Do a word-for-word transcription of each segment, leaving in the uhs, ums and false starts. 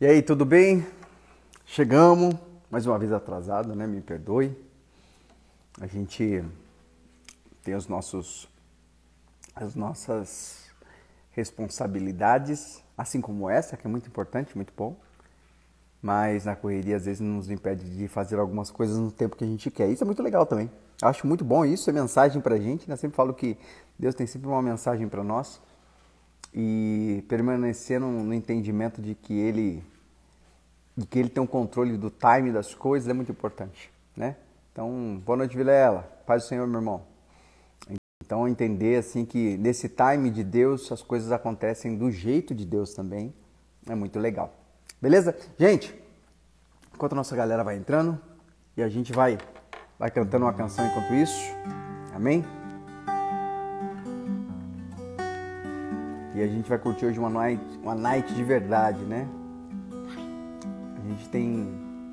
E aí, tudo bem? Chegamos, mais uma vez atrasado, né? Me perdoe. A gente tem os nossos, as nossas responsabilidades, assim como essa, que é muito importante, muito bom. Mas na correria, às vezes, nos impede de fazer algumas coisas no tempo que a gente quer. Isso é muito legal também. Eu acho muito bom isso, é mensagem pra gente, né? Eu sempre falo que Deus tem sempre uma mensagem para nós. E permanecer no, no entendimento de que Ele... de que ele tem o controle do time das coisas é muito importante, né? Então, boa noite, Vilela. Paz do Senhor, meu irmão. Então, entender assim que nesse time de Deus as coisas acontecem do jeito de Deus também é muito legal. Beleza? Gente, enquanto a nossa galera vai entrando e a gente vai, vai cantando uma canção enquanto isso, amém? E a gente vai curtir hoje uma night, uma night de verdade, né? A gente tem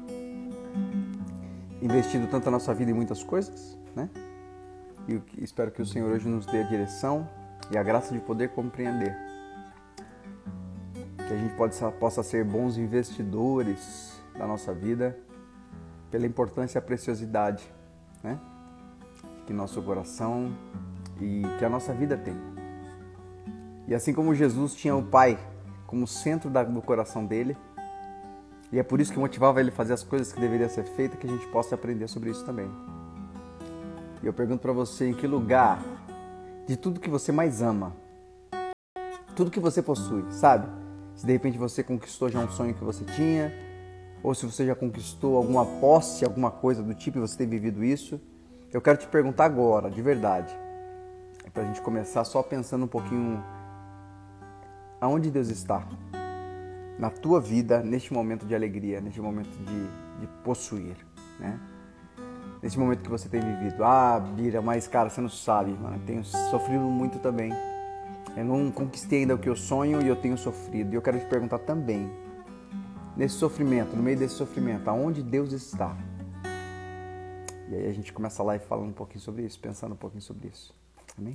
investido tanto a nossa vida em muitas coisas, né? E espero que o Senhor hoje nos dê a direção e a graça de poder compreender. Que a gente pode, possa ser bons investidores da nossa vida pela importância e a preciosidade, né? Que nosso coração e que a nossa vida tem. E assim como Jesus tinha o Pai como centro do coração dele, e é por isso que motivava ele a fazer as coisas que deveriam ser feitas, que a gente possa aprender sobre isso também. E eu pergunto para você, em que lugar de tudo que você mais ama, tudo que você possui, sabe? Se de repente você conquistou já um sonho que você tinha, ou se você já conquistou alguma posse, alguma coisa do tipo e você tem vivido isso, eu quero te perguntar agora, de verdade, é para a gente começar só pensando um pouquinho aonde Deus está na tua vida, neste momento de alegria, neste momento de, de possuir, né? Nesse momento que você tem vivido. Ah, Bira, mas cara, você não sabe, mano, eu tenho sofrido muito também. Eu não conquistei ainda o que eu sonho e eu tenho sofrido. E eu quero te perguntar também, nesse sofrimento, no meio desse sofrimento, aonde Deus está? E aí a gente começa lá e falando um pouquinho sobre isso, pensando um pouquinho sobre isso. Amém?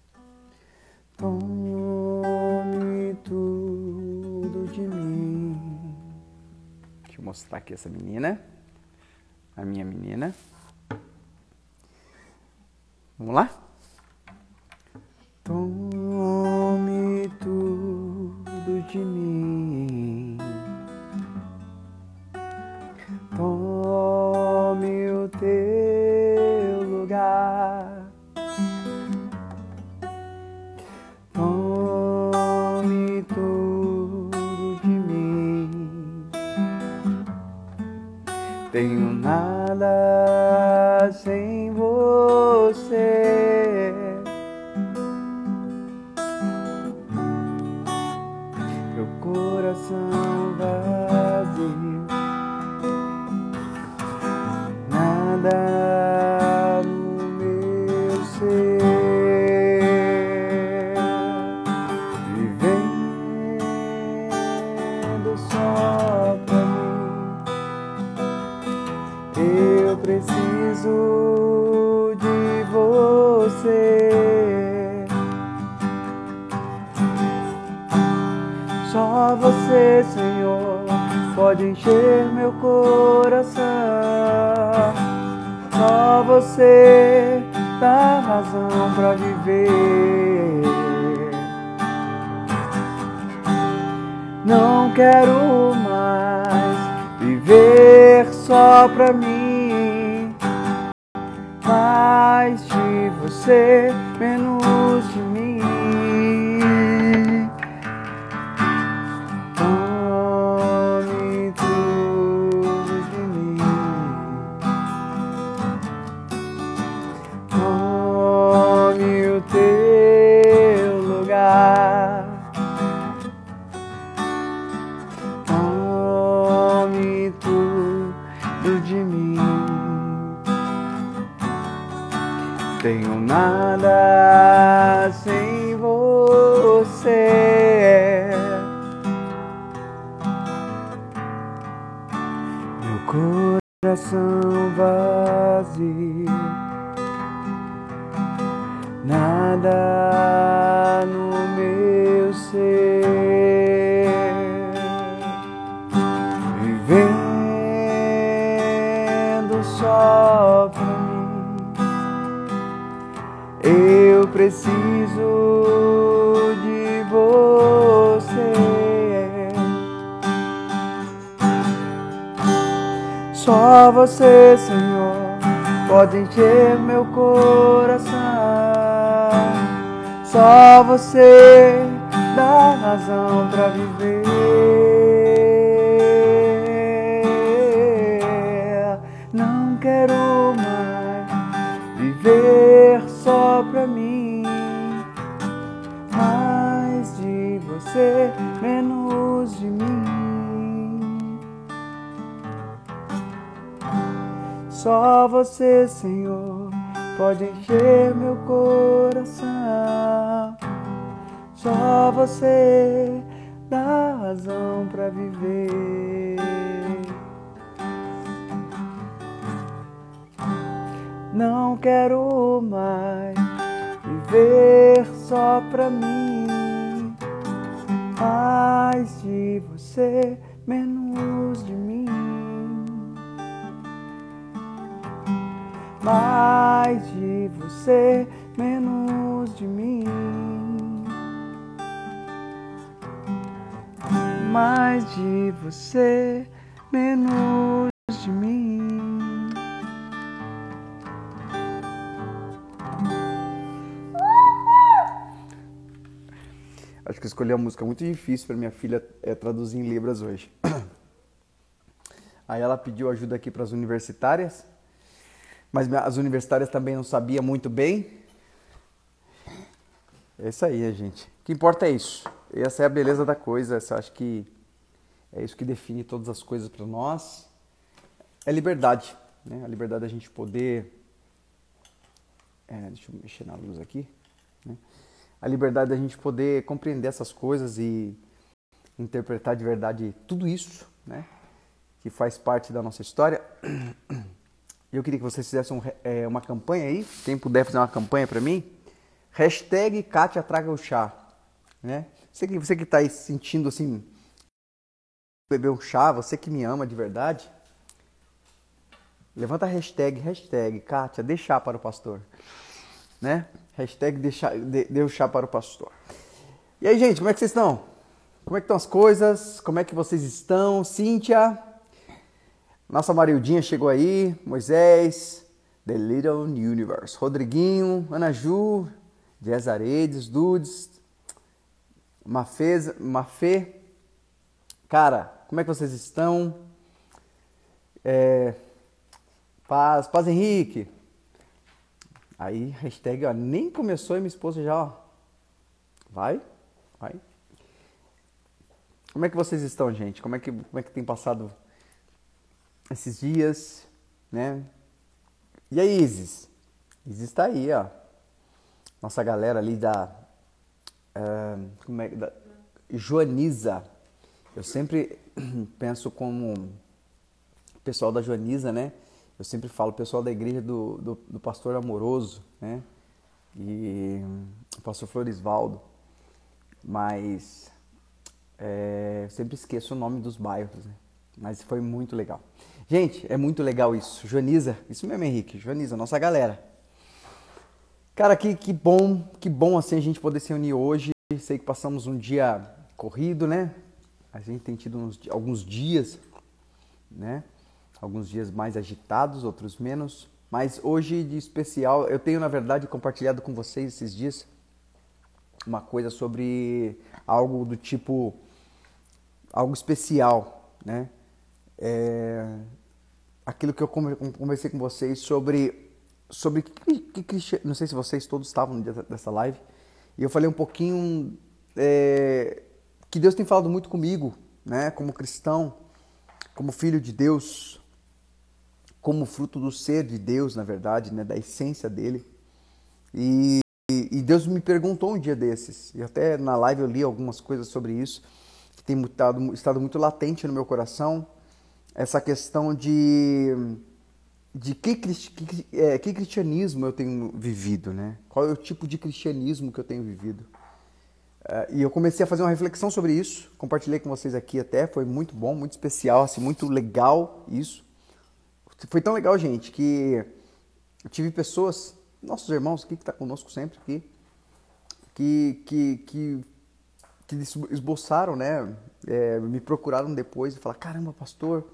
Tome tudo de mim. Deixa eu mostrar aqui essa menina. A minha menina. Vamos lá? Tome tudo de mim. Tome o teu lugar. Tome tudo de mim. Tenho nada sem você. Meu coração vazio. Nada no meu ser. Só pra mim, eu preciso de você. Só você, Senhor, pode encher meu coração. Só você dá razão pra viver. Não quero mais viver só pra mim, mais de você, menos de mim. Tome tudo de mim. Tome o teu lugar. De mim, tenho nada sem você. Meu coração vazio, nada no meu ser. Só você, Senhor, pode encher meu coração. Só você dá razão pra viver. Não quero mais viver só pra mim. Mais de você, menos de mim. Só você, Senhor, pode encher meu coração. Só você dá razão pra viver. Não quero mais viver só pra mim. Mais de você, menos de mim. Mais de você, menos de mim. Mais de você, menos de mim. Acho que eu escolhi uma música muito difícil para minha filha é, traduzir em Libras hoje. Aí ela pediu ajuda aqui para as universitárias, mas as universitárias também não sabiam muito bem. É isso aí, gente. O que importa é isso. Essa é a beleza da coisa. Essa, acho que é isso que define todas as coisas para nós. É liberdade, né? A liberdade da gente poder... É, deixa eu mexer na luz aqui, né? A liberdade da gente poder compreender essas coisas e interpretar de verdade tudo isso, né, que faz parte da nossa história. Eu queria que vocês fizessem um, é, uma campanha aí, quem puder fazer uma campanha para mim, hashtag Kátia traga o chá, né? Você que você que está aí sentindo assim, beber um chá, você que me ama de verdade, levanta a hashtag, hashtag Kátia, dê chá para o pastor, né? Hashtag deixa, de, deu chá para o pastor. E aí, gente, como é que vocês estão? Como é que estão as coisas? Como é que vocês estão? Cíntia, nossa Marildinha chegou aí, Moisés, The Little Universe, Rodriguinho, Ana Ju, Jess Aredes, Dudes, Mafê, Mafê. Cara, como é que vocês estão? É, Paz, Paz Henrique. Aí, hashtag, ó, nem começou e minha esposa já, ó, vai, vai. Como é que vocês estão, gente? Como é que, como é que tem passado esses dias, né? E aí, Isis? Isis tá aí, ó. Nossa galera ali da, uh, como é, da Joaniza. Eu sempre penso como o pessoal da Joaniza, né? Eu sempre falo, o pessoal da igreja do, do, do pastor Amoroso, né? E o pastor Florisvaldo. Mas é, eu sempre esqueço o nome dos bairros, né? Mas foi muito legal. Gente, é muito legal isso. Joaniza, isso mesmo, Henrique. Joaniza, nossa galera. Cara, que, que bom, que bom assim a gente poder se unir hoje. Sei que passamos um dia corrido, né? A gente tem tido uns, alguns dias, né? Alguns dias mais agitados, outros menos. Mas hoje, de especial, eu tenho, na verdade, compartilhado com vocês esses dias uma coisa sobre algo do tipo, algo especial, né? É, aquilo que eu conversei com vocês sobre, sobre que, que, não sei se vocês todos estavam no dia dessa live, e eu falei um pouquinho é, que Deus tem falado muito comigo, né? Como cristão, como filho de Deus, como fruto do ser de Deus, na verdade, né, da essência dele. E, e Deus me perguntou um dia desses, e até na live eu li algumas coisas sobre isso, que tem estado, estado muito latente no meu coração, essa questão de, de que, que, é, que cristianismo eu tenho vivido, né? Qual é o tipo de cristianismo que eu tenho vivido. Uh, e eu comecei a fazer uma reflexão sobre isso, compartilhei com vocês aqui até, foi muito bom, muito especial, assim, muito legal isso. Foi tão legal, gente, que eu tive pessoas, nossos irmãos aqui que estão conosco sempre aqui, que, que, que, que esboçaram, né, é, me procuraram depois e falaram, caramba, pastor,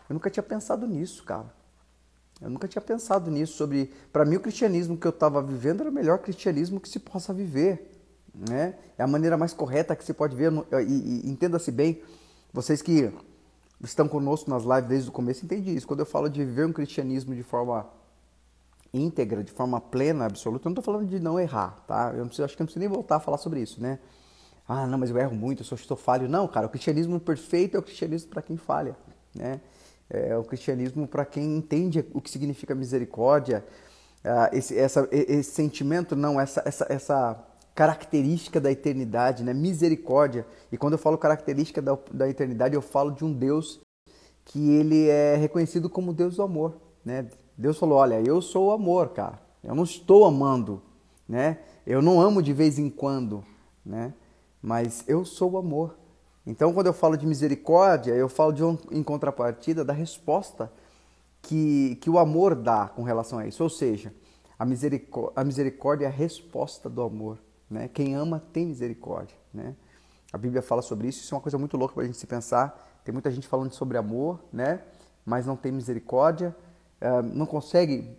Eu nunca tinha pensado nisso, cara. Eu nunca tinha pensado nisso. Sobre, para mim, o cristianismo que eu estava vivendo era o melhor cristianismo que se possa viver, né? É a maneira mais correta que se pode ver. E, e entenda-se bem, vocês que estão conosco nas lives desde o começo, entende isso. Quando eu falo de viver um cristianismo de forma íntegra, de forma plena, absoluta, eu não estou falando de não errar, tá? Eu não preciso, acho que eu não preciso nem voltar a falar sobre isso, né? Ah, não, mas eu erro muito, eu só estou falho. Não, cara, o cristianismo perfeito é o cristianismo para quem falha, né? É o cristianismo para quem entende o que significa misericórdia, esse, essa, esse sentimento, não, essa, essa, essa característica da eternidade, né? Misericórdia. E quando eu falo característica da, da eternidade, eu falo de um Deus que ele é reconhecido como Deus do amor, né? Deus falou, olha, eu sou o amor, cara. Eu não estou amando, né? Eu não amo de vez em quando, né? Mas eu sou o amor. Então, quando eu falo de misericórdia, eu falo de um, em contrapartida da resposta que, que o amor dá com relação a isso. Ou seja, a misericórdia, a misericórdia é a resposta do amor, né? Quem ama tem misericórdia, né? A Bíblia fala sobre isso. Isso é uma coisa muito louca para a gente se pensar. Tem muita gente falando sobre amor, né? Mas não tem misericórdia, uh, não consegue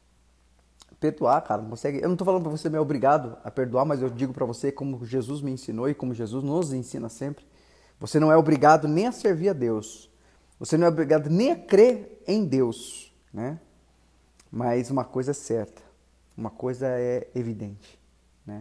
perdoar, cara, não consegue. Eu não estou falando para você me é obrigado a perdoar, mas eu digo para você como Jesus me ensinou e como Jesus nos ensina sempre. Você não é obrigado nem a servir a Deus. Você não é obrigado nem a crer em Deus, né? Mas uma coisa é certa, uma coisa é evidente, né?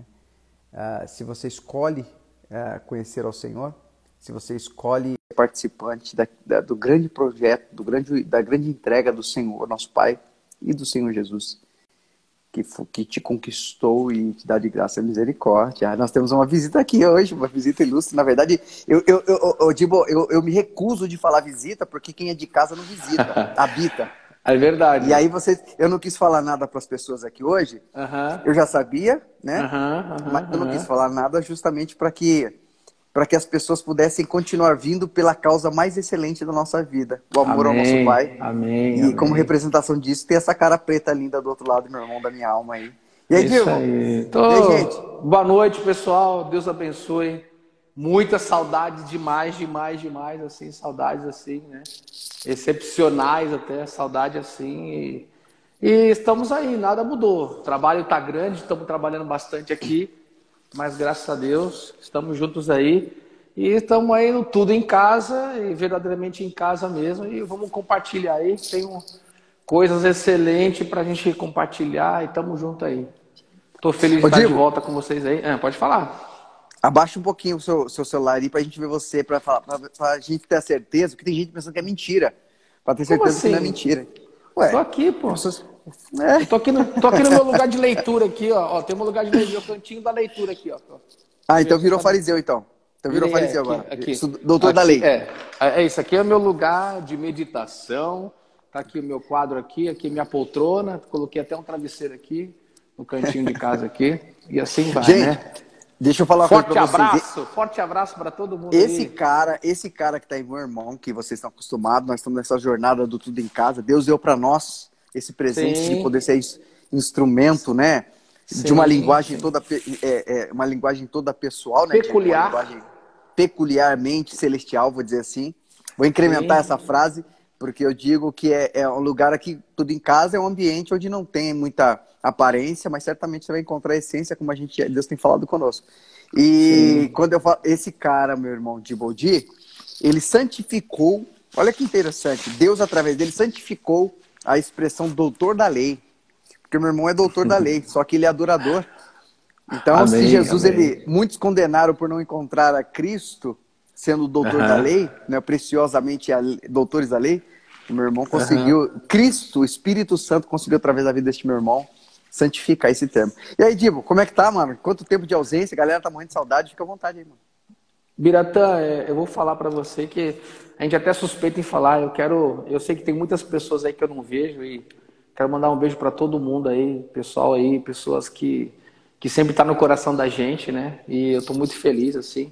Uh, se você escolhe uh, conhecer ao Senhor, se você escolhe ser participante da, da, do grande projeto, do grande, da grande entrega do Senhor, nosso Pai, e do Senhor Jesus, que, que te conquistou e te dá de graça e misericórdia. Nós temos uma visita aqui hoje, uma visita ilustre. Na verdade, eu, eu, eu, eu, digo, eu, eu me recuso de falar visita, porque quem é de casa não visita, habita. É verdade. E aí vocês, eu não quis falar nada para as pessoas aqui hoje, uhum. eu já sabia, né? Uhum, uhum, mas eu não uhum. quis falar nada justamente para que, para que as pessoas pudessem continuar vindo pela causa mais excelente da nossa vida, o amor amém, ao nosso Pai. Amém, e amém. Como representação disso, tem essa cara preta linda do outro lado, meu irmão, da minha alma aí. E aí, Isso Diego? aí. Tô... E aí, gente? Boa noite, pessoal. Deus abençoe. Muita saudade, demais, demais, demais, assim, saudades assim, né? Excepcionais até, saudade assim. E, e estamos aí, nada mudou. O trabalho tá grande, estamos trabalhando bastante aqui, mas graças a Deus, estamos juntos aí. E estamos aí no tudo em casa, e verdadeiramente em casa mesmo. E vamos compartilhar aí. Tem um, coisas excelentes para a gente compartilhar e estamos juntos aí. Estou feliz de Ô, estar Diego, de volta com vocês aí. Ah, pode falar. Abaixa um pouquinho o seu, seu celular aí pra gente ver você, pra, falar, pra, pra gente ter a certeza, porque tem gente pensando que é mentira. Pra ter Como certeza assim? que não é mentira. Ué, Tô aqui, pô. Pessoas... É. Eu tô aqui, no, tô aqui no meu lugar de leitura aqui, ó. ó tem um lugar de leitura, o cantinho da leitura aqui, ó. Ah, então virou fariseu, então. Então virou Virei, fariseu é, aqui, agora. aqui. Isso, doutor aqui, da lei. É, é isso. Aqui é o meu lugar de meditação. Tá aqui o meu quadro aqui, aqui minha poltrona. Coloquei até um travesseiro aqui, no cantinho de casa aqui. E assim vai, gente, né? Deixa eu falar uma forte coisa pra vocês. Abraço, forte abraço para todo mundo esse aí. cara, esse cara que tá aí, meu irmão, que vocês estão acostumados, nós estamos nessa jornada do tudo em casa. Deus deu para nós esse presente Sim. de poder ser instrumento, né? Sim, de uma linguagem sim. toda, é, é, uma linguagem toda pessoal, né? Peculiar. Uma linguagem peculiarmente celestial, vou dizer assim. Vou incrementar Sim. essa frase, porque eu digo que é, é um lugar aqui, tudo em casa, é um ambiente onde não tem muita aparência, mas certamente você vai encontrar a essência, como a gente, Deus tem falado conosco. E Sim. quando eu falo, esse cara, meu irmão, de Bodi, ele santificou, olha que interessante, Deus através dele santificou a expressão doutor da lei, porque meu irmão é doutor da lei, só que ele é adorador. Então, amém, se Jesus, amém. ele, muitos condenaram por não encontrar a Cristo, sendo o doutor uhum. da lei, né, preciosamente a, doutores da lei, o meu irmão conseguiu, uhum. Cristo, o Espírito Santo conseguiu através da vida deste meu irmão, santificar esse termo. E aí, Dibo, como é que tá, mano? Quanto tempo de ausência? A galera tá morrendo de saudade, fica à vontade aí, mano. Biratã, eu vou falar para você que a gente até suspeita em falar, eu quero, eu sei que tem muitas pessoas aí que eu não vejo e quero mandar um beijo para todo mundo aí, pessoal aí, pessoas que, que sempre tá no coração da gente, né? E eu tô muito feliz, assim.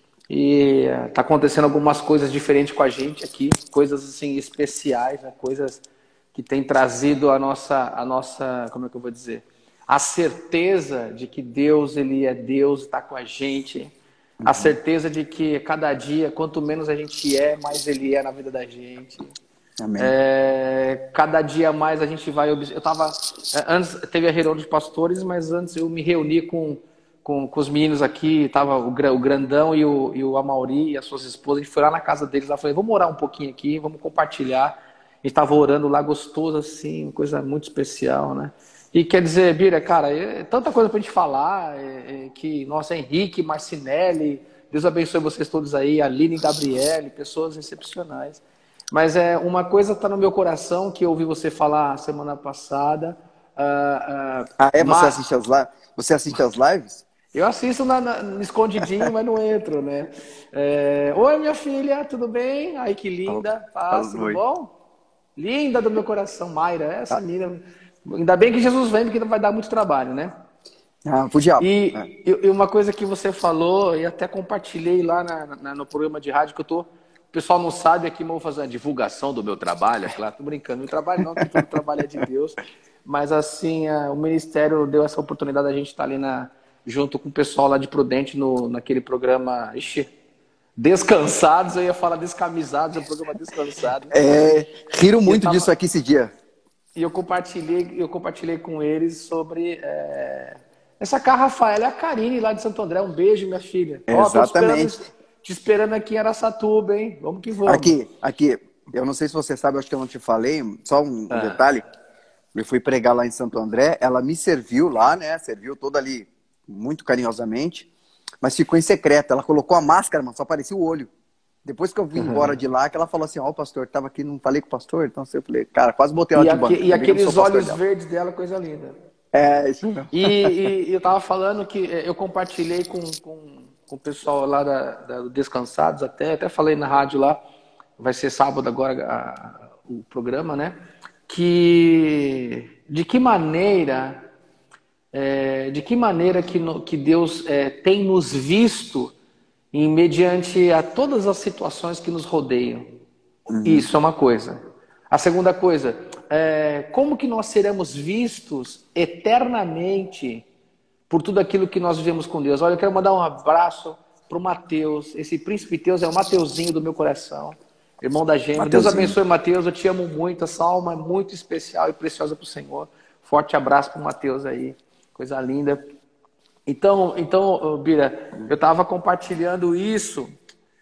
E tá acontecendo algumas coisas diferentes com a gente aqui, coisas assim especiais, né? Coisas que tem trazido a nossa, a nossa, como é que eu vou dizer, a certeza de que Deus, ele é Deus, está com a gente, uhum. a certeza de que cada dia, quanto menos a gente é, mais ele é na vida da gente. Amém. É, cada dia mais a gente vai... Eu tava... Antes teve a reunião dos pastores, mas antes eu me reuni com, com, com os meninos aqui, tava o, o Grandão e o, e o Amauri e as suas esposas. A gente foi lá na casa deles, lá falei, vamos orar um pouquinho aqui, vamos compartilhar. A gente tava orando lá, gostoso assim, uma coisa muito especial, né? E quer dizer, Bira, cara, é tanta coisa pra gente falar, é, é, que, nossa, Henrique, Marcinelli, Deus abençoe vocês todos aí, Aline e Gabriele, pessoas excepcionais. Mas é uma coisa está no meu coração que eu ouvi você falar semana passada. Uh, uh, Ah, é? Você mas... assiste as lives? Você assiste as lives? Eu assisto na, na, escondidinho, mas não entro, né? É... Oi, minha filha, tudo bem? Ai, que linda. Paz, tudo bom? Linda do meu coração, Mayra. Essa ah. menina. Ainda bem que Jesus vem, porque não vai dar muito trabalho, né? Ah, pro diabo. E, é. e uma coisa que você falou, e até compartilhei lá na, na, no programa de rádio que eu tô. O pessoal não sabe aqui, mas eu vou fazer uma divulgação do meu trabalho. É claro, tô brincando. Meu trabalho não, porque todo trabalho é de Deus. Mas assim, a, o Ministério deu essa oportunidade da gente estar ali na, junto com o pessoal lá de Prudente no, naquele programa. Ixi, Descansados, eu ia falar Descamisados, é um programa Descansado. É, riram muito tava, disso aqui esse dia. E eu compartilhei, eu compartilhei com eles sobre é, essa cá, Rafaela e a Karine lá de Santo André. Um beijo, minha filha. Exatamente. Ó, te esperando aqui em Araçatuba, hein? Vamos que vamos. Aqui, aqui. Eu não sei se você sabe, acho que eu não te falei, só um, um ah. detalhe. Eu fui pregar lá em Santo André, ela me serviu lá, né? Serviu toda ali muito carinhosamente, mas ficou em secreto. Ela colocou a máscara, mas só aparecia o olho. Depois que eu vim uhum. embora de lá, que ela falou assim, ó, oh, pastor, tava aqui, não falei com o pastor, então eu falei, cara, quase botei ela e de aqui, banco. E aqueles olhos dela. verdes dela, coisa linda. É, isso mesmo. E, e eu tava falando que eu compartilhei com, com, com o pessoal lá da, da Descansados, até, até falei na rádio lá, vai ser sábado agora a, o programa, né? Que de que maneira, é, de que maneira que, no, que Deus é, tem nos visto em mediante a todas as situações que nos rodeiam. Uhum. Isso é uma coisa. A segunda coisa, é, como que nós seremos vistos eternamente por tudo aquilo que nós vivemos com Deus. Olha, eu quero mandar um abraço para o Mateus. Esse príncipe Teus é o Mateuzinho do meu coração. Irmão da Gema. Deus abençoe, Mateus. Eu te amo muito. Essa alma é muito especial e preciosa para o Senhor. Forte abraço para o Mateus aí. Coisa linda. Então, então Bira, eu estava compartilhando isso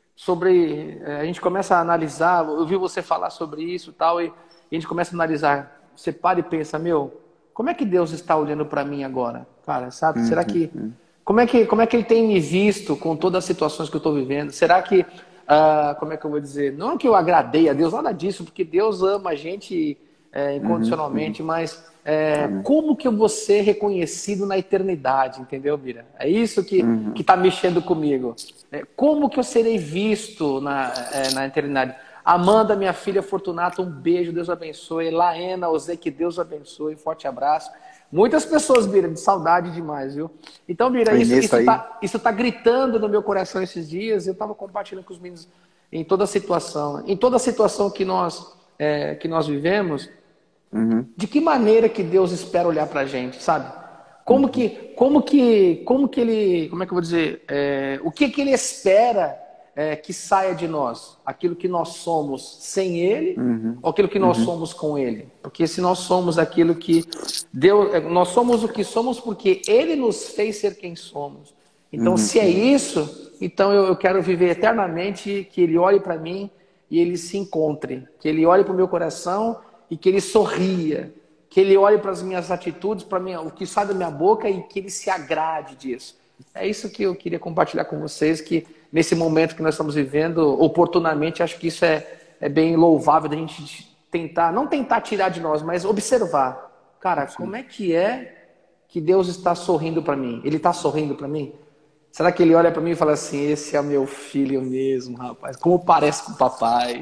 sobre... A gente começa a analisar, eu vi você falar sobre isso e tal, e a gente começa a analisar. Você para e pensa, meu, como é que Deus está olhando para mim agora? Cara, sabe? Uhum, Será que... Uhum. Como é que, como é que Ele tem me visto com todas as situações que eu estou vivendo? Será que... Uh, como é que eu vou dizer? Não que eu agradei a Deus, nada disso, porque Deus ama a gente é, incondicionalmente, uhum, mas é, uhum. como que eu vou ser reconhecido na eternidade, entendeu, Bira? É isso que uhum. está mexendo comigo. É, como que eu serei visto na, é, na eternidade? Amanda, minha filha Fortunata, um beijo, Deus abençoe. Laena, Ozê, que Deus abençoe, forte abraço. Muitas pessoas, Bira, de saudade demais, viu? Então, Bira, isso, isso, tá, isso tá gritando no meu coração esses dias. Eu estava compartilhando com os meninos em toda a situação. Em toda a situação que nós, é, que nós vivemos, uhum. de que maneira que Deus espera olhar pra gente, sabe? Como uhum. que, como que, como que Ele, como é que eu vou dizer? É, o que que Ele espera é, que saia de nós? Aquilo que nós somos sem Ele uhum. ou aquilo que nós uhum. somos com Ele? Porque se nós somos aquilo que Deus... Nós somos o que somos porque Ele nos fez ser quem somos. Então, uhum. se é isso, então eu, eu quero viver eternamente, que Ele olhe para mim e Ele se encontre. Que Ele olhe para o meu coração e que Ele sorria. Que Ele olhe para as minhas atitudes, para o que sai da minha boca e que Ele se agrade disso. É isso que eu queria compartilhar com vocês, que nesse momento que nós estamos vivendo, oportunamente, acho que isso é, é bem louvável da gente tentar, não tentar tirar de nós, mas observar. Cara, Sim. como é que é que Deus está sorrindo para mim? Ele está sorrindo para mim? Será que Ele olha para mim e fala assim, esse é meu filho mesmo, rapaz, como parece com o papai?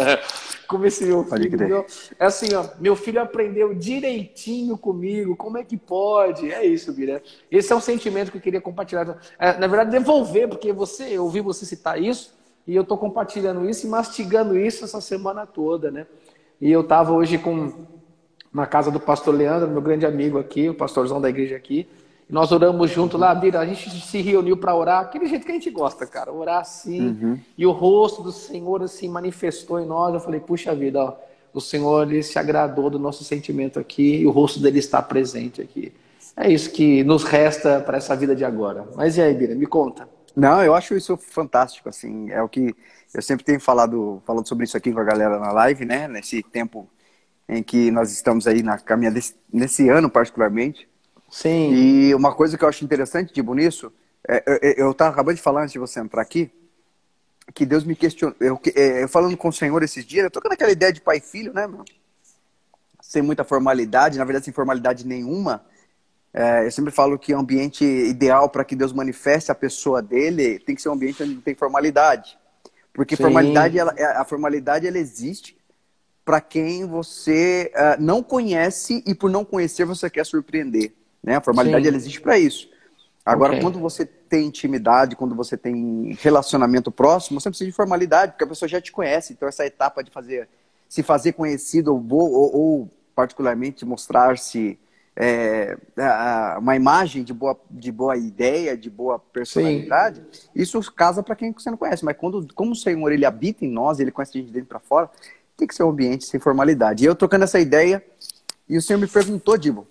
Como esse meu filho, meu, é assim, ó, meu filho aprendeu direitinho comigo, como é que pode? É isso, Bira. Esse é um sentimento que eu queria compartilhar. É, na verdade, devolver, porque você, eu ouvi você citar isso, e eu estou compartilhando isso e mastigando isso essa semana toda, né? E eu estava hoje com, na casa do pastor Leandro, meu grande amigo aqui, o pastorzão da igreja aqui, e nós oramos junto lá, Bira, a gente se reuniu para orar, aquele jeito que a gente gosta, cara, orar assim, uhum. e o rosto do Senhor assim manifestou em nós. Eu falei, puxa vida, ó, O Senhor ele se agradou do nosso sentimento aqui e o rosto dele está presente aqui. É isso que nos resta para essa vida de agora. Mas e aí, Bira, me conta. Não, eu acho isso fantástico, assim, é o que eu sempre tenho falado, falando sobre isso aqui com a galera na live, né, nesse tempo em que nós estamos aí na caminhada, desse, nesse ano particularmente. Sim. E uma coisa que eu acho interessante, Dibo, nisso, é, eu estava acabando de falar antes de você entrar aqui, que Deus me questionou, eu, eu falando com o Senhor esses dias, eu tô com aquela ideia de pai e filho, né, meu? Sem muita formalidade, na verdade sem formalidade nenhuma. É, eu sempre falo que o ambiente ideal para que Deus manifeste a pessoa dele tem que ser um ambiente onde não tem formalidade. Porque formalidade, ela, a formalidade ela existe para quem você uh, não conhece e por não conhecer você quer surpreender. Né? A formalidade ela existe para isso. Agora, okay. Quando você tem intimidade, quando você tem relacionamento próximo, você não precisa de formalidade, porque a pessoa já te conhece. Então, essa etapa de fazer, se fazer conhecido ou, ou, ou particularmente mostrar-se é, uma imagem de boa, de boa ideia, de boa personalidade, sim. Isso casa para quem você não conhece. Mas quando, como o Senhor ele habita em nós, ele conhece a gente de dentro para fora, tem que ser um ambiente sem formalidade. E eu trocando essa ideia, e o Senhor me perguntou, Dibo,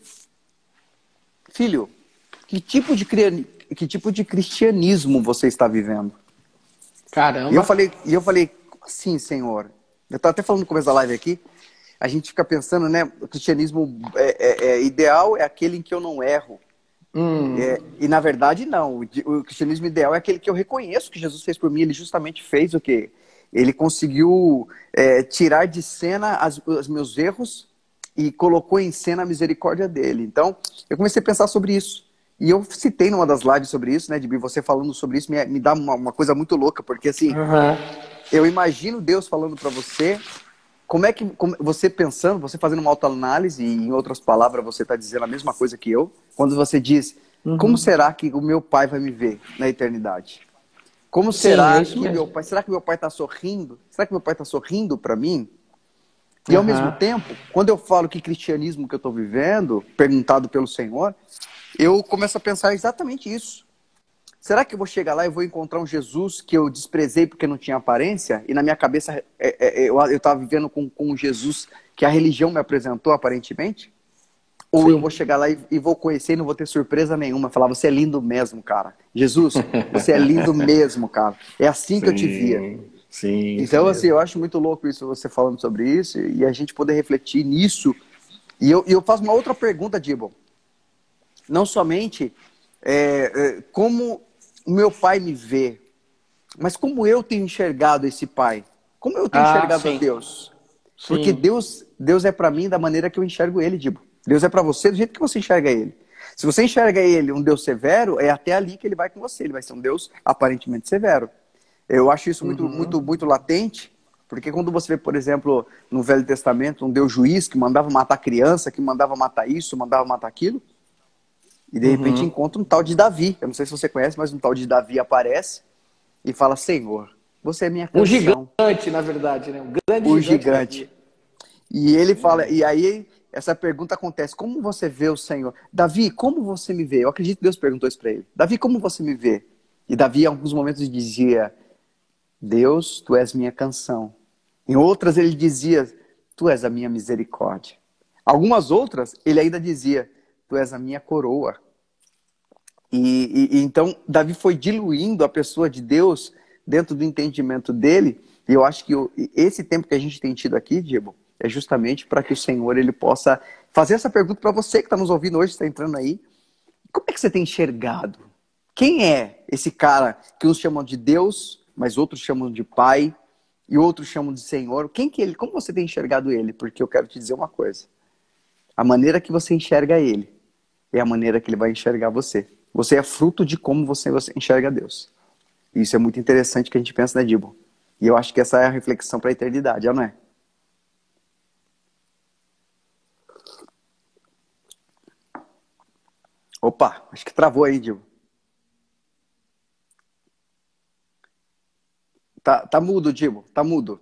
filho, que tipo de, que tipo de cristianismo você está vivendo? Caramba! E eu falei, e eu falei, como assim, Senhor? Eu estava até falando no começo da live aqui, a gente fica pensando, né, o cristianismo é, é, é, ideal é aquele em que eu não erro. Hum. É, e na verdade não, o, o cristianismo ideal é aquele que eu reconheço que Jesus fez por mim, ele justamente fez o quê? Ele conseguiu é, tirar de cena as, os meus erros e colocou em cena a misericórdia dele. Então, eu comecei a pensar sobre isso. E eu citei numa das lives sobre isso, né, de você falando sobre isso, me, me dá uma, uma coisa muito louca, porque assim, uhum. Eu imagino Deus falando para você, como é que, como, você pensando, você fazendo uma autoanálise, e em outras palavras você está dizendo a mesma coisa que eu, quando você diz, uhum. Como será que o meu pai vai me ver na eternidade? Como Sim, será é que mesmo. meu pai, será que meu pai está sorrindo? Será que meu pai está sorrindo para mim? E uhum. ao mesmo tempo, quando eu falo que cristianismo que eu estou vivendo, perguntado pelo Senhor, eu começo a pensar exatamente isso. Será que eu vou chegar lá e vou encontrar um Jesus que eu desprezei porque não tinha aparência? E na minha cabeça é, é, eu estava vivendo com, com um Jesus que a religião me apresentou aparentemente? Ou Sim. eu vou chegar lá e, e vou conhecer e não vou ter surpresa nenhuma. Falar, você é lindo mesmo, cara. Jesus, você é lindo mesmo, cara. É assim Sim. que eu te via. Sim, então, assim, eu acho muito louco isso, você falando sobre isso, e a gente poder refletir nisso. E eu, e eu faço uma outra pergunta, Dibo. Não somente é, é, como o meu pai me vê, mas como eu tenho enxergado esse pai. Como eu tenho ah, enxergado sim. a Deus. Sim. Porque Deus, Deus é para mim da maneira que eu enxergo ele, Dibo. Deus é para você do jeito que você enxerga ele. Se você enxerga ele um Deus severo, é até ali que ele vai com você. Ele vai ser um Deus aparentemente severo. Eu acho isso muito, uhum. muito, muito latente, porque quando você vê, por exemplo, no Velho Testamento, um Deus juiz que mandava matar criança, que mandava matar isso, mandava matar aquilo, e de uhum. repente encontra um tal de Davi. Eu não sei se você conhece, mas um tal de Davi aparece e fala, Senhor, você é minha canção. Um gigante, na verdade, né? Um grande um gigante. gigante. E ele fala, e aí essa pergunta acontece, como você vê o Senhor? Davi, como você me vê? Eu acredito que Deus perguntou isso para ele. Davi, como você me vê? E Davi, em alguns momentos, dizia, Deus, tu és minha canção. Em outras ele dizia, tu és a minha misericórdia. Algumas outras, ele ainda dizia, tu és a minha coroa. E, e, e então, Davi foi diluindo a pessoa de Deus dentro do entendimento dele. E eu acho que o, esse tempo que a gente tem tido aqui, Diego, é justamente para que o Senhor ele possa fazer essa pergunta para você que está nos ouvindo hoje, está entrando aí. Como é que você tem enxergado? Quem é esse cara que uns chamam de Deus, mas outros chamam de Pai, e outros chamam de Senhor? Quem que ele? Como você tem enxergado ele? Porque eu quero te dizer uma coisa. A maneira que você enxerga ele é a maneira que ele vai enxergar você. Você é fruto de como você, você enxerga Deus. E isso é muito interessante que a gente pensa, né, Dibo? E eu acho que essa é a reflexão para a eternidade, não é? Opa, acho que travou aí, Dibo. Tá, tá mudo, Dibo, tá mudo.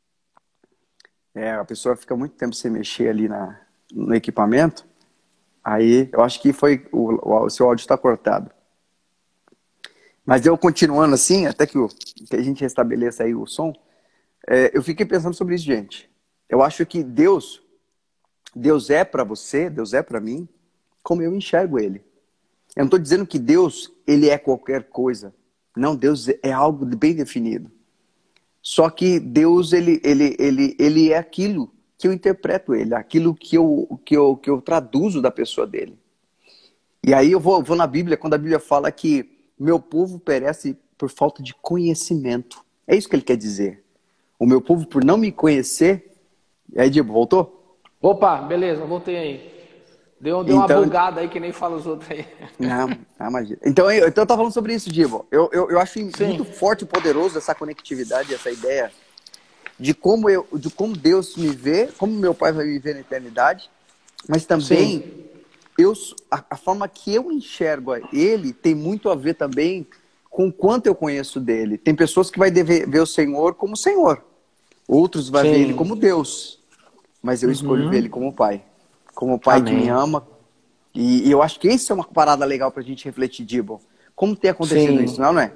É, a pessoa fica muito tempo sem mexer ali na, no equipamento. Aí, eu acho que foi o, o, o seu áudio está cortado. Mas eu continuando assim, até que, o, que a gente restabeleça aí o som, é, eu fiquei pensando sobre isso, gente. Eu acho que Deus, Deus é para você, Deus é para mim, como eu enxergo Ele. Eu não estou dizendo que Deus, Ele é qualquer coisa. Não, Deus é algo bem definido. Só que Deus, Ele, ele, ele, ele é aquilo que eu interpreto Ele, aquilo que eu, que eu, que eu traduzo da pessoa dEle. E aí eu vou, vou na Bíblia, quando a Bíblia fala que meu povo perece por falta de conhecimento. É isso que Ele quer dizer. O meu povo, por não me conhecer... E aí, Dibo, voltou? Opa, beleza, voltei aí. Deu, deu Então, uma bugada aí que nem fala os outros aí. Não, não imagina. Então, eu, então eu tava falando sobre isso, Dibo. Eu, eu, eu acho Sim. muito forte e poderoso essa conectividade, essa ideia de como, eu, de como Deus me vê, como meu Pai vai me ver na eternidade, mas também eu, a, a forma que eu enxergo Ele tem muito a ver também com o quanto eu conheço dele. Tem pessoas que vai dever, ver o Senhor como Senhor, outros vai Sim. ver Ele como Deus, mas eu Uhum. escolho ver Ele como Pai. Como o Pai Amém. que me ama. E, e eu acho que isso é uma parada legal pra gente refletir, Dibo. Como tem acontecido Sim. isso, não, não é?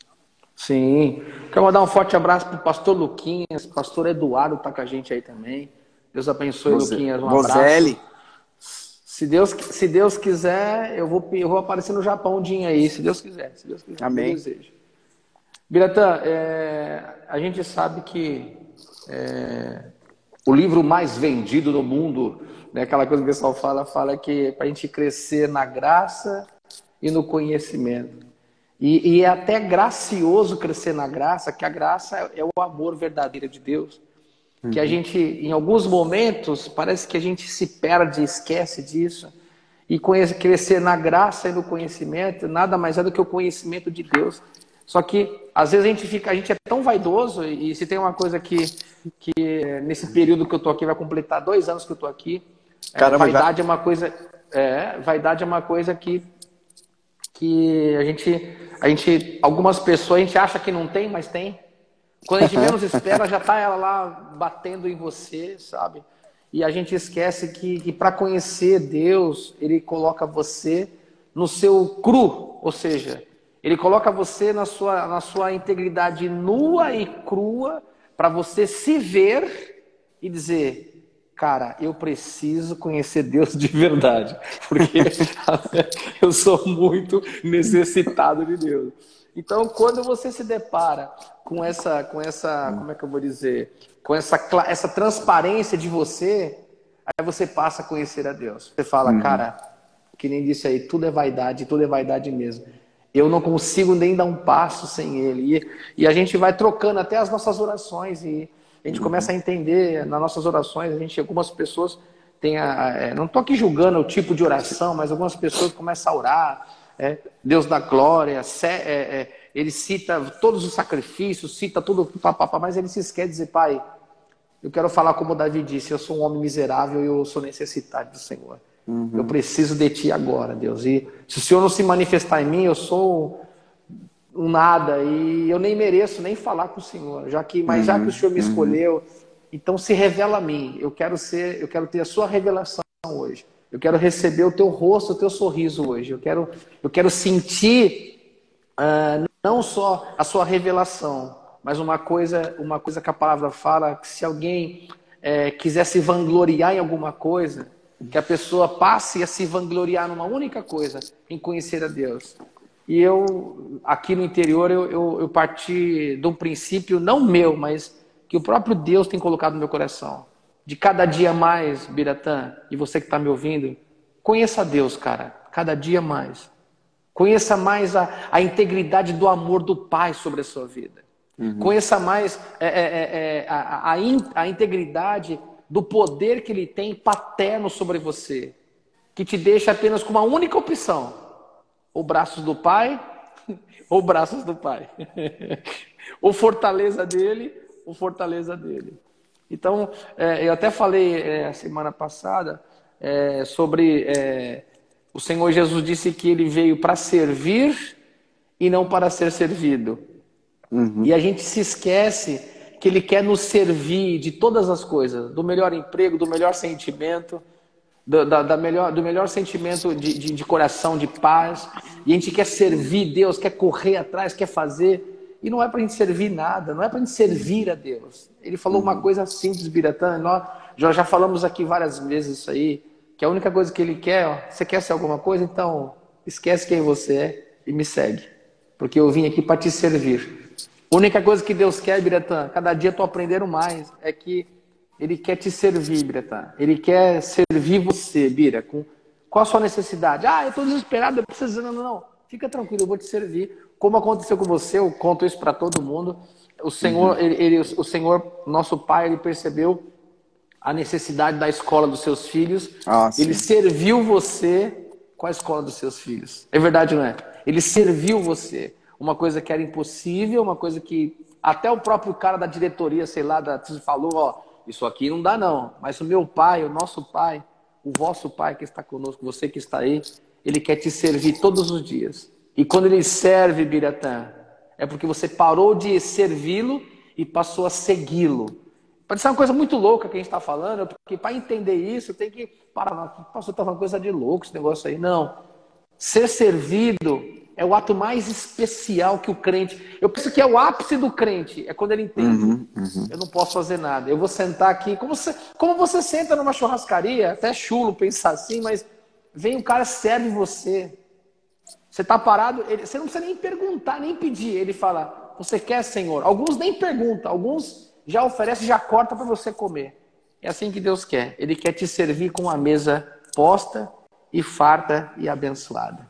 Sim. Quero mandar um forte abraço pro pastor Luquinhas, pastor Eduardo tá com a gente aí também. Deus abençoe, Boze... Luquinhas, um Bozelli. abraço. Se Deus, se Deus quiser, eu vou, eu vou aparecer no Japão um dia aí, se Deus quiser. Se Deus quiser, Amém. eu desejo. Biratã, é, a gente sabe que é, o livro mais vendido no mundo, né, aquela coisa que o pessoal fala, fala que para a gente crescer na graça e no conhecimento. E, e é até gracioso crescer na graça, que a graça é o amor verdadeiro de Deus. Uhum. Que a gente, em alguns momentos, parece que a gente se perde, esquece disso. E conhece, crescer na graça e no conhecimento, nada mais é do que o conhecimento de Deus. Só que, às vezes, a gente, fica, a gente é tão vaidoso, e, e se tem uma coisa que, que nesse período que eu estou aqui, vai completar dois anos que eu estou aqui, é, vaidade já. é uma coisa... É, vaidade é uma coisa que... que a gente, a gente, algumas pessoas, a gente acha que não tem, mas tem. Quando a gente menos espera, já está ela lá batendo em você, sabe? E a gente esquece que, que para conhecer Deus, Ele coloca você no seu cru, ou seja, Ele coloca você na sua, na sua integridade nua e crua, para você se ver e dizer... Cara, eu preciso conhecer Deus de verdade, porque eu sou muito necessitado de Deus. Então, quando você se depara com essa, com essa, como é que eu vou dizer, com essa, essa transparência de você, aí você passa a conhecer a Deus. Você fala, uhum. cara, que nem disse aí, tudo é vaidade, tudo é vaidade mesmo. Eu não consigo nem dar um passo sem Ele. E, e a gente vai trocando até as nossas orações e a gente começa a entender nas nossas orações, a gente, algumas pessoas têm a, é, não estou aqui julgando o tipo de oração, mas algumas pessoas começam a orar, é, Deus da glória, é, é, ele cita todos os sacrifícios, cita tudo, papapá, mas ele se esquece de dizer, Pai, eu quero falar como Davi disse, eu sou um homem miserável e eu sou necessitado do Senhor. Uhum. Eu preciso de Ti agora, Deus. E se o Senhor não se manifestar em mim, eu sou... um nada, e eu nem mereço nem falar com o Senhor, já que, mas já que o Senhor me escolheu, então se revela a mim, eu quero ser, eu quero ter a sua revelação hoje, eu quero receber o teu rosto, o teu sorriso hoje, eu quero, eu quero sentir uh, não só a sua revelação, mas uma coisa, uma coisa que a palavra fala, que se alguém é, quiser se vangloriar em alguma coisa, que a pessoa passe a se vangloriar numa única coisa, em conhecer a Deus. E eu, aqui no interior, eu, eu, eu parti de um princípio, não meu, mas que o próprio Deus tem colocado no meu coração. De cada dia mais, Biratã, e você que está me ouvindo, conheça a Deus, cara, cada dia mais. Conheça mais a, a integridade do amor do Pai sobre a sua vida. Uhum. Conheça mais é, é, é, a, a, in, a integridade do poder que Ele tem paterno sobre você, que te deixa apenas com uma única opção. Ou braços do Pai, ou braços do Pai. Ou fortaleza dele, ou fortaleza dele. Então, é, eu até falei é, a semana passada é, sobre... É, o Senhor Jesus disse que Ele veio para servir e não para ser servido. Uhum. E a gente se esquece que Ele quer nos servir de todas as coisas. Do melhor emprego, do melhor sentimento... Do, da, da melhor, do melhor sentimento de, de, de coração, de paz. E a gente quer servir Deus, quer correr atrás, quer fazer. E não é para a gente servir nada, não é para a gente servir a Deus. Ele falou uma coisa simples, Biratã, nós já, já falamos aqui várias vezes isso aí, que a única coisa que ele quer, ó, você quer ser alguma coisa? Então esquece quem você é e me segue. Porque eu vim aqui para te servir. A única coisa que Deus quer, Biratã, cada dia eu estou aprendendo mais, é que Ele quer te servir, Biratã. Ele quer servir você, Bira, com qual a sua necessidade? Ah, eu estou desesperado, eu preciso... Não, não, não. Fica tranquilo, eu vou te servir. Como aconteceu com você, eu conto isso para todo mundo. O Senhor, uhum. ele, ele, o Senhor, nosso Pai, Ele percebeu a necessidade da escola dos seus filhos. Ah, ele serviu você com a escola dos seus filhos. É verdade, não é? Ele serviu você. Uma coisa que era impossível, uma coisa que até o próprio cara da diretoria, sei lá, da, falou, ó, isso aqui não dá não. Mas o meu pai, o nosso pai, o vosso pai que está conosco, você que está aí, ele quer te servir todos os dias. E quando ele serve, Biratã, é porque você parou de servi-lo e passou a segui-lo. Pode ser uma coisa muito louca que a gente está falando, porque para entender isso tem que parar. Pastor, está falando coisa de louco esse negócio aí. Não. Ser servido é o ato mais especial que o crente... Eu penso que é o ápice do crente, é quando ele entende. Uhum, uhum. Eu não posso fazer nada. Eu vou sentar aqui, como você, como você senta numa churrascaria, até chulo pensar assim, mas vem o cara, serve você. Você está parado, ele, você não precisa nem perguntar, nem pedir. Ele fala, você quer, Senhor? Alguns nem perguntam, alguns já oferecem, já cortam para você comer. É assim que Deus quer. Ele quer te servir com uma mesa posta e farta e abençoada.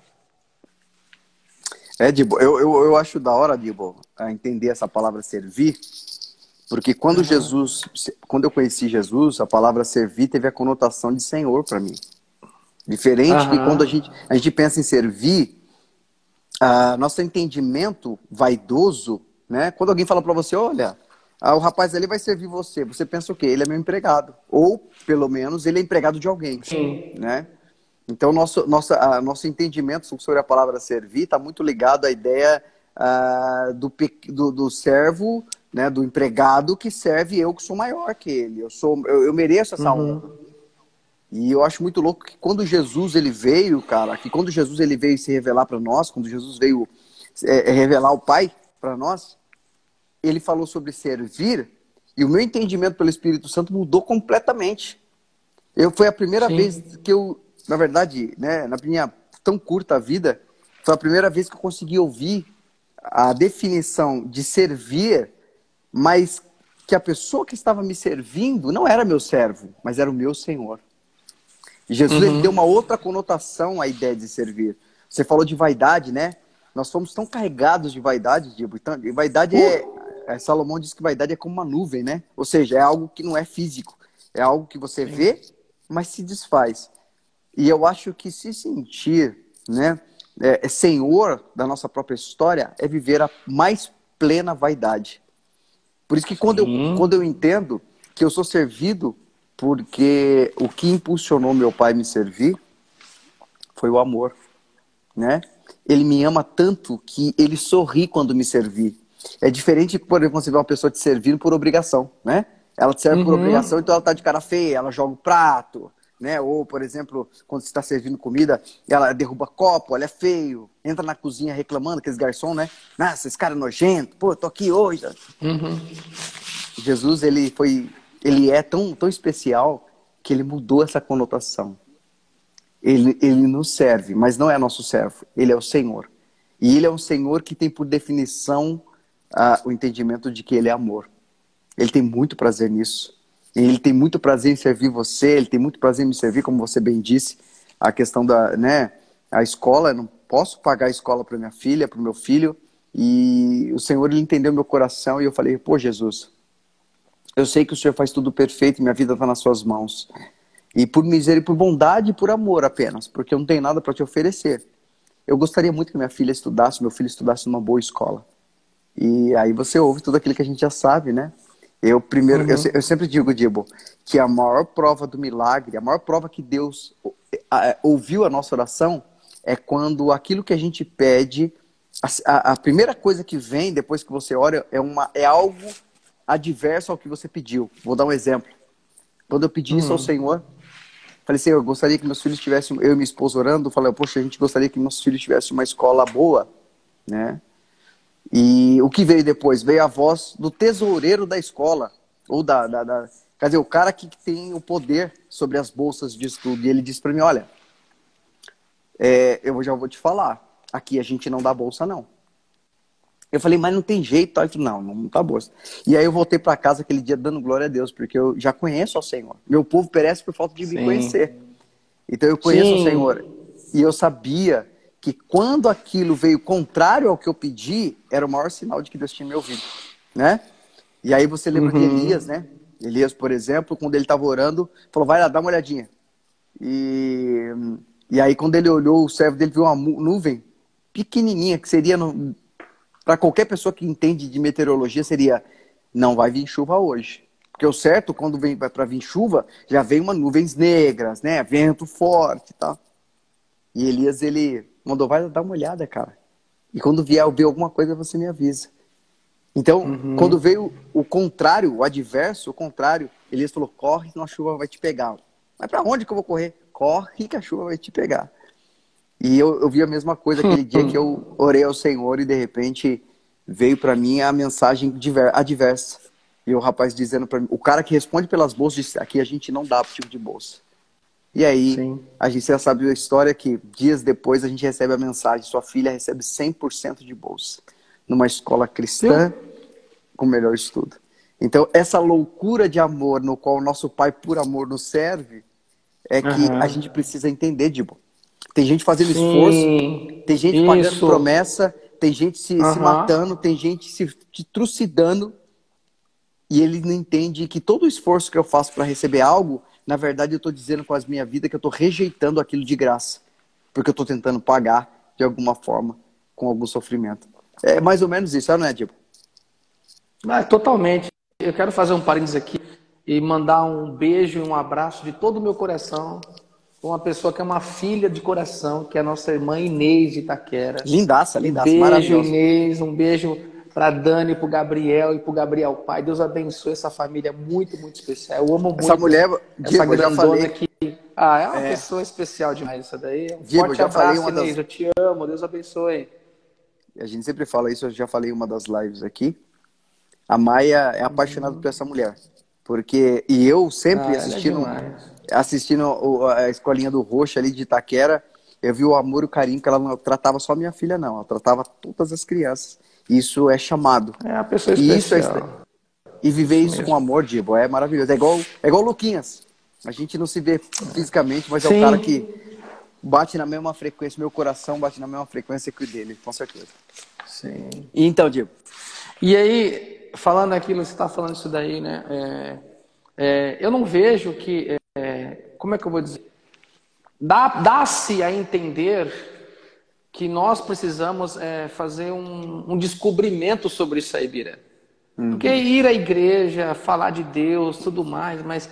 É, Dibo, eu, eu, eu acho da hora, Dibo, a entender essa palavra servir, porque quando uhum. Jesus, quando eu conheci Jesus, a palavra servir teve a conotação de Senhor para mim. Diferente uhum. que quando a gente, a gente pensa em servir, uh, nosso entendimento vaidoso, né? Quando alguém fala para você, olha, ah, o rapaz ali vai servir você, você pensa o quê? Ele é meu empregado. Ou, pelo menos, ele é empregado de alguém. Sim. Né? Então, nosso, nosso, uh, nosso entendimento sobre a palavra servir está muito ligado à ideia uh, do, do, do servo, né, do empregado que serve eu que sou maior que ele. Eu, sou, eu, eu mereço essa uhum. honra. E eu acho muito louco que quando Jesus ele veio, cara, que quando Jesus ele veio se revelar para nós, quando Jesus veio é, revelar o Pai para nós, ele falou sobre servir e o meu entendimento pelo Espírito Santo mudou completamente. Eu, foi a primeira Sim. vez que eu, na verdade, né, na minha tão curta vida, foi a primeira vez que eu consegui ouvir a definição de servir, mas que a pessoa que estava me servindo não era meu servo, mas era o meu Senhor. Jesus uhum. ele deu uma outra conotação à ideia de servir. Você falou de vaidade, né? Nós fomos tão carregados de vaidade, Diego. Então, vaidade uh. é, é... Salomão diz que vaidade é como uma nuvem, né? Ou seja, é algo que não é físico. É algo que você Sim. vê, mas se desfaz. E eu acho que se sentir, né, é, é senhor da nossa própria história é viver a mais plena vaidade. Por isso que quando, eu, quando eu entendo que eu sou servido porque o que impulsionou meu pai a me servir foi o amor, né? Ele me ama tanto que ele sorri quando me servir. É diferente, por exemplo, você vê uma pessoa te servindo por obrigação, né? Ela te serve uhum. por obrigação, então ela tá de cara feia, ela joga o prato, né? Ou, por exemplo, quando você está servindo comida, ela derruba copo, ela é feio, entra na cozinha reclamando, aqueles garçons, né? Nossa, esse cara é nojento, pô, eu tô aqui hoje. Uhum. Jesus, ele foi... Ele é tão, tão especial que ele mudou essa conotação. Ele, ele nos serve, mas não é nosso servo. Ele é o Senhor. E ele é um Senhor que tem por definição uh, o entendimento de que ele é amor. Ele tem muito prazer nisso. Ele tem muito prazer em servir você. Ele tem muito prazer em me servir, como você bem disse. A questão da, né, a escola, eu não posso pagar a escola para minha filha, para o meu filho. E o Senhor, ele entendeu meu coração. E eu falei, pô, Jesus... Eu sei que o Senhor faz tudo perfeito, minha vida está nas suas mãos. E por miséria, por bondade e por amor apenas, porque eu não tenho nada para te oferecer. Eu gostaria muito que minha filha estudasse, meu filho estudasse numa boa escola. E aí você ouve tudo aquilo que a gente já sabe, né? Eu primeiro, uhum. eu, eu sempre digo, Dibo, que a maior prova do milagre, a maior prova que Deus a, a, ouviu a nossa oração é quando aquilo que a gente pede, a, a, a primeira coisa que vem depois que você ora é, uma, é algo adverso ao que você pediu. Vou dar um exemplo. Quando eu pedi uhum. isso ao Senhor, falei, Senhor, eu gostaria que meus filhos tivessem, eu e minha esposa orando, falei, poxa, a gente gostaria que meus filhos tivessem uma escola boa, né? E o que veio depois? Veio a voz do tesoureiro da escola, ou da, da, da quer dizer, o cara que tem o poder sobre as bolsas de estudo. E ele disse para mim, olha, é, eu já vou te falar, aqui a gente não dá bolsa não. Eu falei, mas não tem jeito. Ele falou, não, não dá bolsa. E aí eu voltei para casa aquele dia dando glória a Deus, porque eu já conheço ao Senhor. Meu povo perece por falta de me Sim. conhecer. Então eu conheço Sim. o Senhor. E eu sabia que quando aquilo veio contrário ao que eu pedi, era o maior sinal de que Deus tinha me ouvido, né? E aí você lembra Uhum. de Elias, né? Elias, por exemplo, quando ele estava orando, falou, vai lá, dá uma olhadinha. E, e aí quando ele olhou, o servo dele viu uma nuvem pequenininha, que seria, para qualquer pessoa que entende de meteorologia, seria, não vai vir chuva hoje. Porque o certo, quando vem para vir chuva, já vem uma nuvens negras, né? Vento forte e tal. E Elias, ele mandou, vai dar uma olhada, cara. E quando vier ver alguma coisa, você me avisa. Então, Uhum. quando veio o contrário, o adverso, o contrário, Elias falou, corre, senão a chuva vai te pegar. Mas para onde que eu vou correr? Corre que a chuva vai te pegar. E eu, eu vi a mesma coisa aquele dia que eu orei ao Senhor e de repente veio para mim a mensagem adversa. E o rapaz dizendo para mim, o cara que responde pelas bolsas disse, aqui a gente não dá tipo de bolsa. E aí, Sim. a gente já sabe a história que dias depois a gente recebe a mensagem, sua filha recebe cem por cento de bolsa, numa escola cristã, com melhor estudo. Então, essa loucura de amor, no qual o nosso Pai, por amor, nos serve, é que uhum. a gente precisa entender, Dibo. Tem gente fazendo Sim. esforço, tem gente Isso. pagando promessa, tem gente se, uhum. se matando, tem gente se, se trucidando, e ele não entende que todo o esforço que eu faço para receber algo, na verdade eu estou dizendo com a minha vida que eu estou rejeitando aquilo de graça, porque eu estou tentando pagar de alguma forma, com algum sofrimento. É mais ou menos isso, não é, Dibo? Ah, totalmente. Eu quero fazer um parênteses aqui e mandar um beijo e um abraço de todo o meu coração para uma pessoa que é uma filha de coração, que é a nossa irmã Inês de Itaquera. Lindaça, lindaça, um maravilhosa. Beijo, Inês, um beijo para Dani, para o Gabriel e para o Gabriel Pai. Deus abençoe essa família muito, muito especial. Eu amo muito essa mulher, essa Dibo, grandona já falei... aqui. Ah, é uma é. pessoa especial demais essa daí. Um Dibo, forte já abraço, falei uma Inês. das... Eu te amo. Deus abençoe. A gente sempre fala isso, eu já falei em uma das lives aqui. A Maia é apaixonada uhum. por essa mulher. Porque, e eu sempre ah, assistindo, é assistindo a escolinha do Roxo ali de Itaquera, eu vi o amor e o carinho que ela não tratava só minha filha, não. Ela tratava todas as crianças. Isso é chamado. É a pessoa e especial. Isso é, e viver isso, isso com amor, Dibo, é maravilhoso. É igual, é igual o Luquinhas. A gente não se vê fisicamente, mas Sim. é o cara que bate na mesma frequência. Meu coração bate na mesma frequência que o dele, com certeza. Sim. E então, Dibo? E aí, falando aquilo, você está falando isso daí, né? É, é, eu não vejo que... É, como é que eu vou dizer? Dá, dá-se a entender que nós precisamos é, fazer um, um descobrimento sobre isso aí, Bira. Uhum. Porque ir à igreja, falar de Deus, tudo mais, mas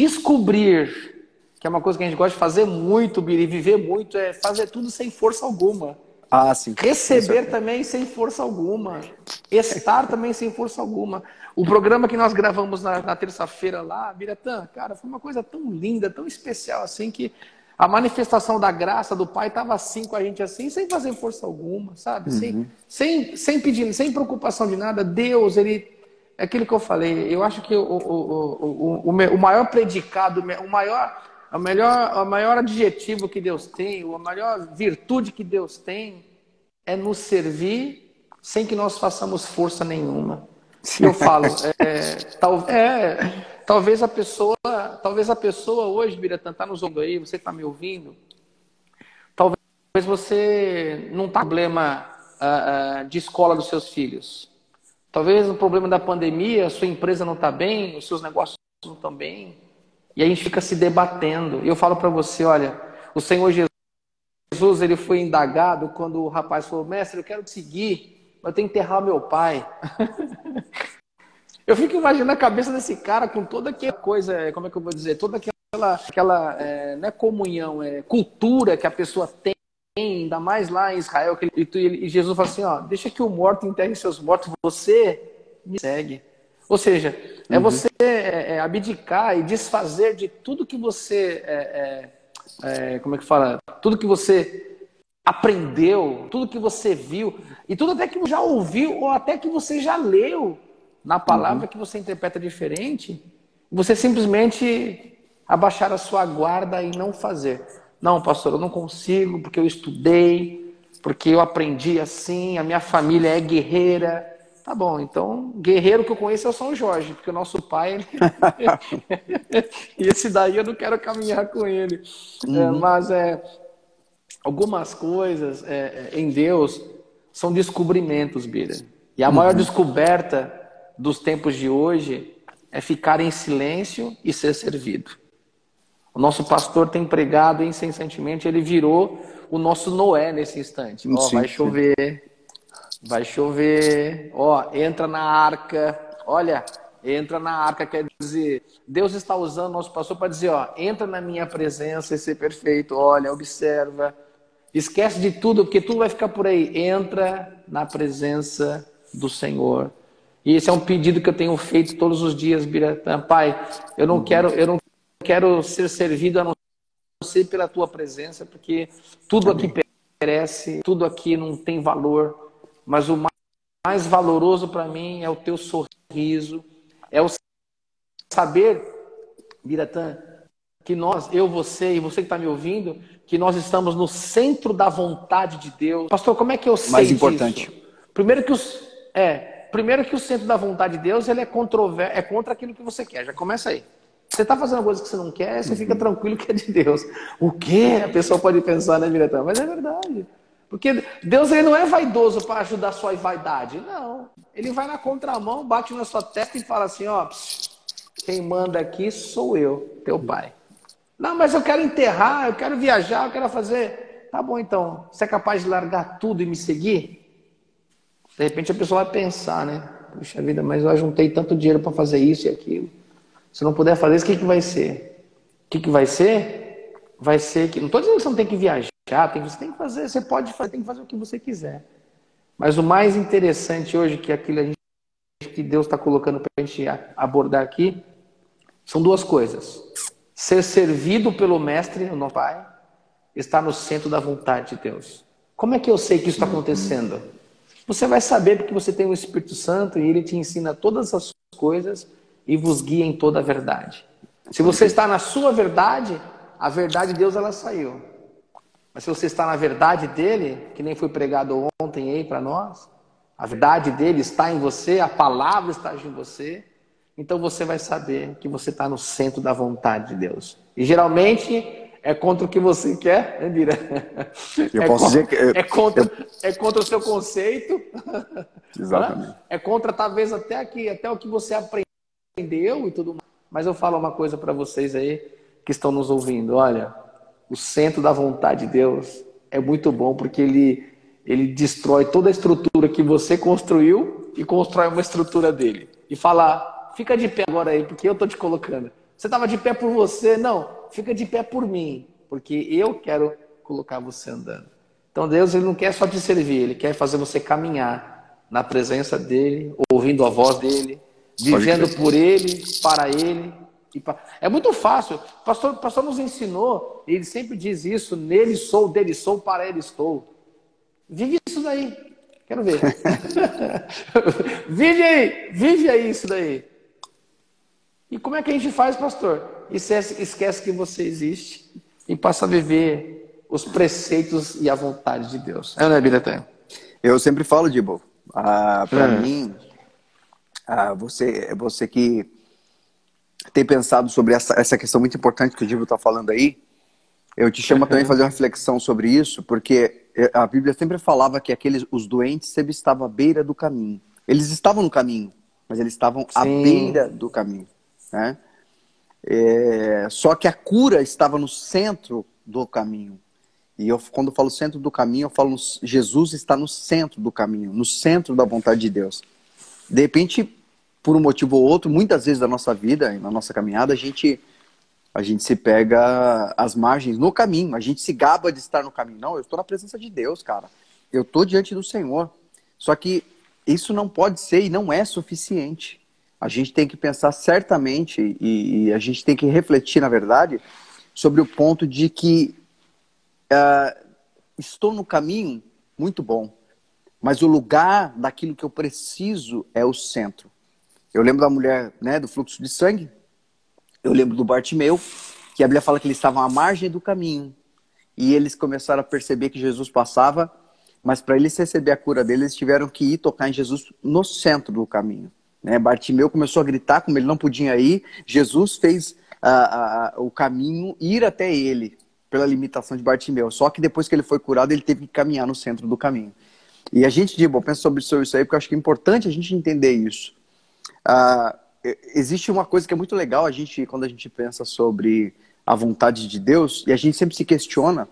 descobrir, que é uma coisa que a gente gosta de fazer muito, Bira, e viver muito, é fazer tudo sem força alguma. Ah, sim. Receber também sem força alguma. Estar também sem força alguma. O programa que nós gravamos na, na terça-feira lá, Biratã, cara, foi uma coisa tão linda, tão especial assim, que a manifestação da graça do Pai estava assim com a gente, assim, sem fazer força alguma, sabe? Uhum. Sem, sem, sem pedir, sem preocupação de nada. Deus, ele... É aquilo que eu falei. Eu acho que o, o, o, o, o maior predicado, o maior... O melhor, o maior adjetivo que Deus tem, a maior virtude que Deus tem é nos servir sem que nós façamos força nenhuma. Eu falo, é, tal, é, talvez a pessoa, talvez a pessoa hoje, Biratã, está nos ouvindo aí, você está me ouvindo, talvez você não está com problema uh, uh, de escola dos seus filhos. Talvez o problema da pandemia, a sua empresa não está bem, os seus negócios não estão bem. E a gente fica se debatendo. E eu falo para você, olha, o Senhor Jesus, ele foi indagado quando o rapaz falou, mestre, eu quero te seguir, mas eu tenho que enterrar meu pai. Eu fico imaginando a cabeça desse cara com toda aquela coisa, como é que eu vou dizer, toda aquela, aquela é, não é comunhão, é cultura que a pessoa tem, ainda mais lá em Israel. Que ele, e Jesus fala assim, ó, deixa que o morto enterre seus mortos, você me segue. Ou seja, é uhum. você é, é, abdicar e desfazer de tudo que você, é, é, é, como é que fala? Tudo que você aprendeu, tudo que você viu. E tudo até que você já ouviu ou até que você já leu na palavra Uhum. que você interpreta diferente, você simplesmente abaixar a sua guarda e não fazer. Não, pastor, eu não consigo porque eu estudei, porque eu aprendi assim, a minha família é guerreira. Tá bom, então, guerreiro que eu conheço é o São Jorge, porque o nosso pai, ele... e esse daí eu não quero caminhar com ele. É, Uhum. mas é, algumas coisas é, em Deus são descobrimentos, Bira. E a maior Uhum. descoberta dos tempos de hoje é ficar em silêncio e ser servido. O nosso pastor tem pregado incessantemente, ele virou o nosso Noé nesse instante. Ó, vai Sim, sim. chover, vai chover, ó, entra na arca, olha, entra na arca, quer dizer, Deus está usando o nosso pastor para dizer, ó, entra na minha presença e ser perfeito, olha, observa, esquece de tudo, porque tudo vai ficar por aí, entra na presença do Senhor. E esse é um pedido que eu tenho feito todos os dias, Biratã. Pai, eu não Uhum. quero, eu não quero ser servido a não ser pela tua presença, porque tudo aqui Amém. perece, tudo aqui não tem valor, mas o mais valoroso para mim é o teu sorriso, é o saber, Biratã, que nós, eu, você e você que está me ouvindo, que nós estamos no centro da vontade de Deus. Pastor, como é que eu Mais sei disso? importante. Primeiro que os, é, primeiro que o centro da vontade de Deus ele é, controver, é contra aquilo que você quer. Já começa aí. Você está fazendo coisa que você não quer, você fica Uhum. tranquilo que é de Deus. O quê? A pessoa pode pensar, né, diretor? Mas é verdade. Porque Deus ele não é vaidoso para ajudar a sua vaidade. Não. Ele vai na contramão, bate na sua testa e fala assim, ó, quem manda aqui sou eu, teu pai. Não, mas eu quero enterrar, eu quero viajar, eu quero fazer. Tá bom, então. Você é capaz de largar tudo e me seguir? De repente a pessoa vai pensar, né? Puxa vida, mas eu juntei tanto dinheiro para fazer isso e aquilo. Se não puder fazer isso, o que, que vai ser? O que, que vai ser? Vai ser que. Não estou dizendo que você não tem que viajar, tem, você tem que fazer, você pode fazer, tem que fazer o que você quiser. Mas o mais interessante hoje, que é aquilo a gente, que Deus está colocando para a gente abordar aqui, são duas coisas. Ser servido pelo Mestre, o nosso Pai, está no centro da vontade de Deus. Como é que eu sei que isso está Uhum. acontecendo? Você vai saber porque você tem o Espírito Santo e ele te ensina todas as coisas e vos guia em toda a verdade. Se você Perfeito. está na sua verdade, a verdade de Deus ela saiu. Mas se você está na verdade dele, que nem foi pregado ontem aí para nós, a verdade dele está em você, a palavra está em você, então você vai saber que você está no centro da vontade de Deus. E geralmente é contra o que você quer, né, Bira? Eu É, posso co- dizer que eu, é, contra, eu- é contra o seu conceito, hã? exatamente. É contra talvez até aqui, até o que você aprendeu e tudo mais. Mas eu falo uma coisa para vocês aí que estão nos ouvindo. Olha, o centro da vontade de Deus é muito bom porque ele, ele destrói toda a estrutura que você construiu e constrói uma estrutura dele. E fala, fica de pé agora aí, porque eu tô te colocando. Você estava de pé por você? Não, fica de pé por mim, porque eu quero colocar você andando. Então Deus ele não quer só te servir, ele quer fazer você caminhar na presença dele, ouvindo a voz dele, Pode vivendo crer. por ele, para ele. E para... É muito fácil. O pastor, o pastor nos ensinou, ele sempre diz isso, nele sou, dele sou, para ele estou. Vive isso daí. Quero ver. Vive aí, vive aí isso daí. E como é que a gente faz, pastor? Esquece, esquece que você existe e passa a viver os preceitos e a vontade de Deus. É, né, Biratã? Eu sempre falo, Dibo, ah, para É. mim, ah, você, você que tem pensado sobre essa, essa questão muito importante que o Dibo está falando aí, eu te chamo também a fazer uma reflexão sobre isso, porque a Bíblia sempre falava que aqueles, os doentes sempre estavam à beira do caminho. Eles estavam no caminho, mas eles estavam à Sim, beira do caminho, né? É, só que a cura estava no centro do caminho. E eu, quando eu falo centro do caminho, eu falo Jesus está no centro do caminho, no centro da vontade de Deus. De repente, por um motivo ou outro, muitas vezes da nossa vida, na nossa caminhada, a gente, a gente se pega às margens no caminho, a gente se gaba de estar no caminho. Não, eu estou na presença de Deus, cara. Eu estou diante do Senhor. Só que isso não pode ser e não é suficiente. A gente tem que pensar certamente e, e a gente tem que refletir, na verdade, sobre o ponto de que uh, estou no caminho, muito bom, mas o lugar daquilo que eu preciso é o centro. Eu lembro da mulher, né, do fluxo de sangue, eu lembro do Bartimeu, que a Bíblia fala que eles estavam à margem do caminho, e eles começaram a perceber que Jesus passava, mas para eles receber a cura deles, eles tiveram que ir tocar em Jesus no centro do caminho. Né? Bartimeu começou a gritar, como ele não podia ir, Jesus fez a, a, o caminho ir até ele, pela limitação de Bartimeu. Só que depois que ele foi curado, ele teve que caminhar no centro do caminho. E a gente, Dibo, pensa sobre isso aí, porque eu acho que é importante a gente entender isso. Ah, existe uma coisa que é muito legal, a gente, quando a gente pensa sobre a vontade de Deus, e a gente sempre se questiona,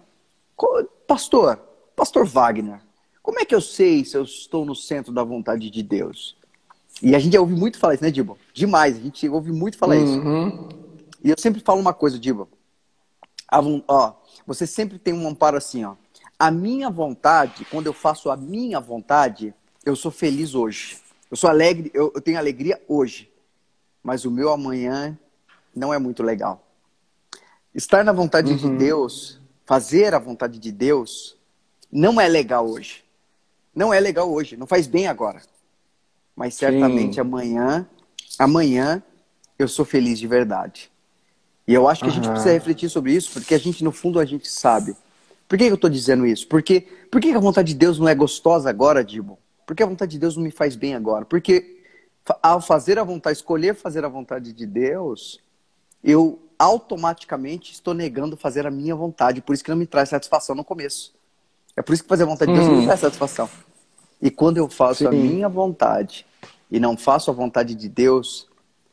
pastor, pastor Wagner, como é que eu sei se eu estou no centro da vontade de Deus? E a gente ouve muito falar isso, né, Dibo? Demais, a gente ouve muito falar Uhum. isso. E eu sempre falo uma coisa, Dibo, a, ó, você sempre tem um amparo assim, ó, a minha vontade, quando eu faço a minha vontade, eu sou feliz hoje. Eu sou alegre, eu, eu tenho alegria hoje. Mas o meu amanhã não é muito legal. Estar na vontade Uhum. de Deus, fazer a vontade de Deus, não é legal hoje. Não é legal hoje, não faz bem agora. Mas certamente Sim. amanhã, amanhã eu sou feliz de verdade. E eu acho que a gente precisa Uhum. refletir sobre isso, porque a gente, no fundo, a gente sabe. Por que eu estou dizendo isso? Porque, por que a vontade de Deus não é gostosa agora, Dibo? Por que a vontade de Deus não me faz bem agora? Porque ao fazer a vontade, escolher fazer a vontade de Deus, eu automaticamente estou negando fazer a minha vontade. Por isso que não me traz satisfação no começo. É por isso que fazer a vontade de Deus não me Uhum. traz satisfação. E quando eu faço a Sim. minha vontade e não faço a vontade de Deus,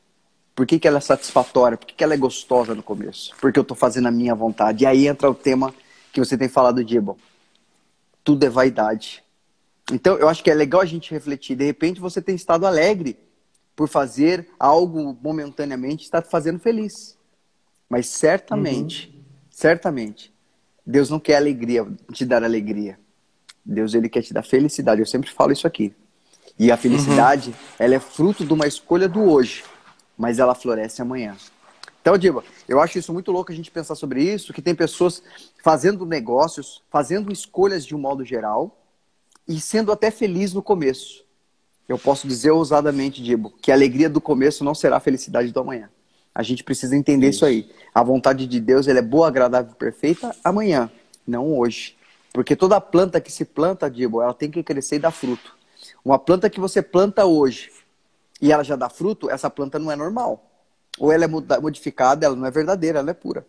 por que, que ela é satisfatória? Por que, que ela é gostosa no começo? Porque eu estou fazendo a minha vontade. E aí entra o tema que você tem falado, Dibo. Tudo é vaidade. Então, eu acho que é legal a gente refletir. De repente, você tem estado alegre por fazer algo momentaneamente, está te fazendo feliz. Mas certamente, Uhum. certamente, Deus não quer alegria, te dar alegria. Deus, ele quer te dar felicidade. Eu sempre falo isso aqui. E a felicidade, Uhum. ela é fruto de uma escolha do hoje, mas ela floresce amanhã. Então, Diba, eu acho isso muito louco a gente pensar sobre isso, que tem pessoas fazendo negócios, fazendo escolhas de um modo geral e sendo até feliz no começo. Eu posso dizer ousadamente, Dibo, que a alegria do começo não será a felicidade do amanhã. A gente precisa entender isso Isso. aí. A vontade de Deus, ela é boa, agradável e perfeita amanhã, não hoje. Porque toda planta que se planta, Dibo, ela tem que crescer e dar fruto. Uma planta que você planta hoje e ela já dá fruto, essa planta não é normal. Ou ela é modificada, ela não é verdadeira, ela é pura.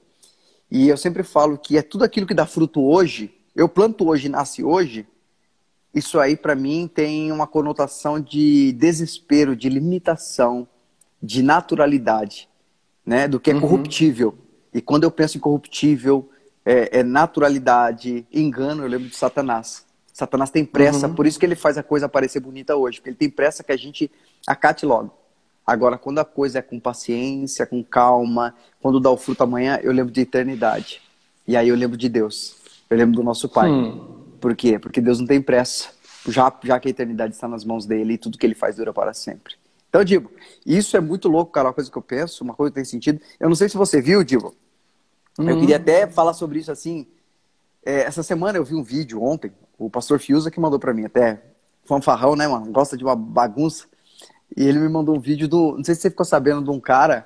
E eu sempre falo que é tudo aquilo que dá fruto hoje, eu planto hoje e nasce hoje, isso aí para mim tem uma conotação de desespero, de limitação, de naturalidade, né? Do que é Uhum. corruptível. E quando eu penso em corruptível, é, é naturalidade, engano, eu lembro de Satanás. Satanás tem pressa, Uhum. por isso que ele faz a coisa parecer bonita hoje, porque ele tem pressa que a gente acate logo. Agora, quando a coisa é com paciência, com calma, quando dá o fruto amanhã, eu lembro de eternidade. E aí eu lembro de Deus. Eu lembro do nosso Pai. Hum. Por quê? Porque Deus não tem pressa. Já, já que a eternidade está nas mãos dele e tudo que ele faz dura para sempre. Então, eu digo, isso é muito louco, cara, uma coisa que eu penso, uma coisa que tem sentido. Eu não sei se você viu, Digo. Eu queria Uhum. até falar sobre isso assim. É, essa semana eu vi um vídeo ontem, o pastor Fiuza que mandou para mim, até fanfarrão, né, mano? Gosta de uma bagunça. E ele me mandou um vídeo do... Não sei se você ficou sabendo de um cara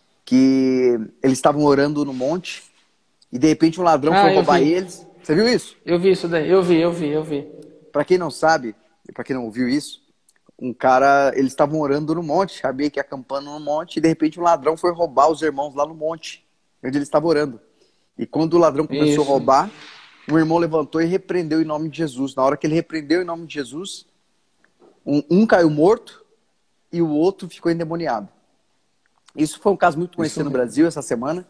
que eles estavam orando no monte e de repente um ladrão foi Ah, eu roubar vi. eles. Você viu isso? Eu vi isso daí. Eu vi, eu vi, eu vi. Para quem não sabe, e para quem não ouviu isso, um cara... Eles estavam orando no monte, sabia que acampando no monte e de repente um ladrão foi roubar os irmãos lá no monte, onde eles estavam orando. E quando o ladrão começou a Isso. roubar, um irmão levantou e repreendeu em nome de Jesus. Na hora que ele repreendeu em nome de Jesus, um, um caiu morto e o outro ficou endemoniado. Isso foi um caso muito Isso conhecido no mesmo. Brasil essa semana.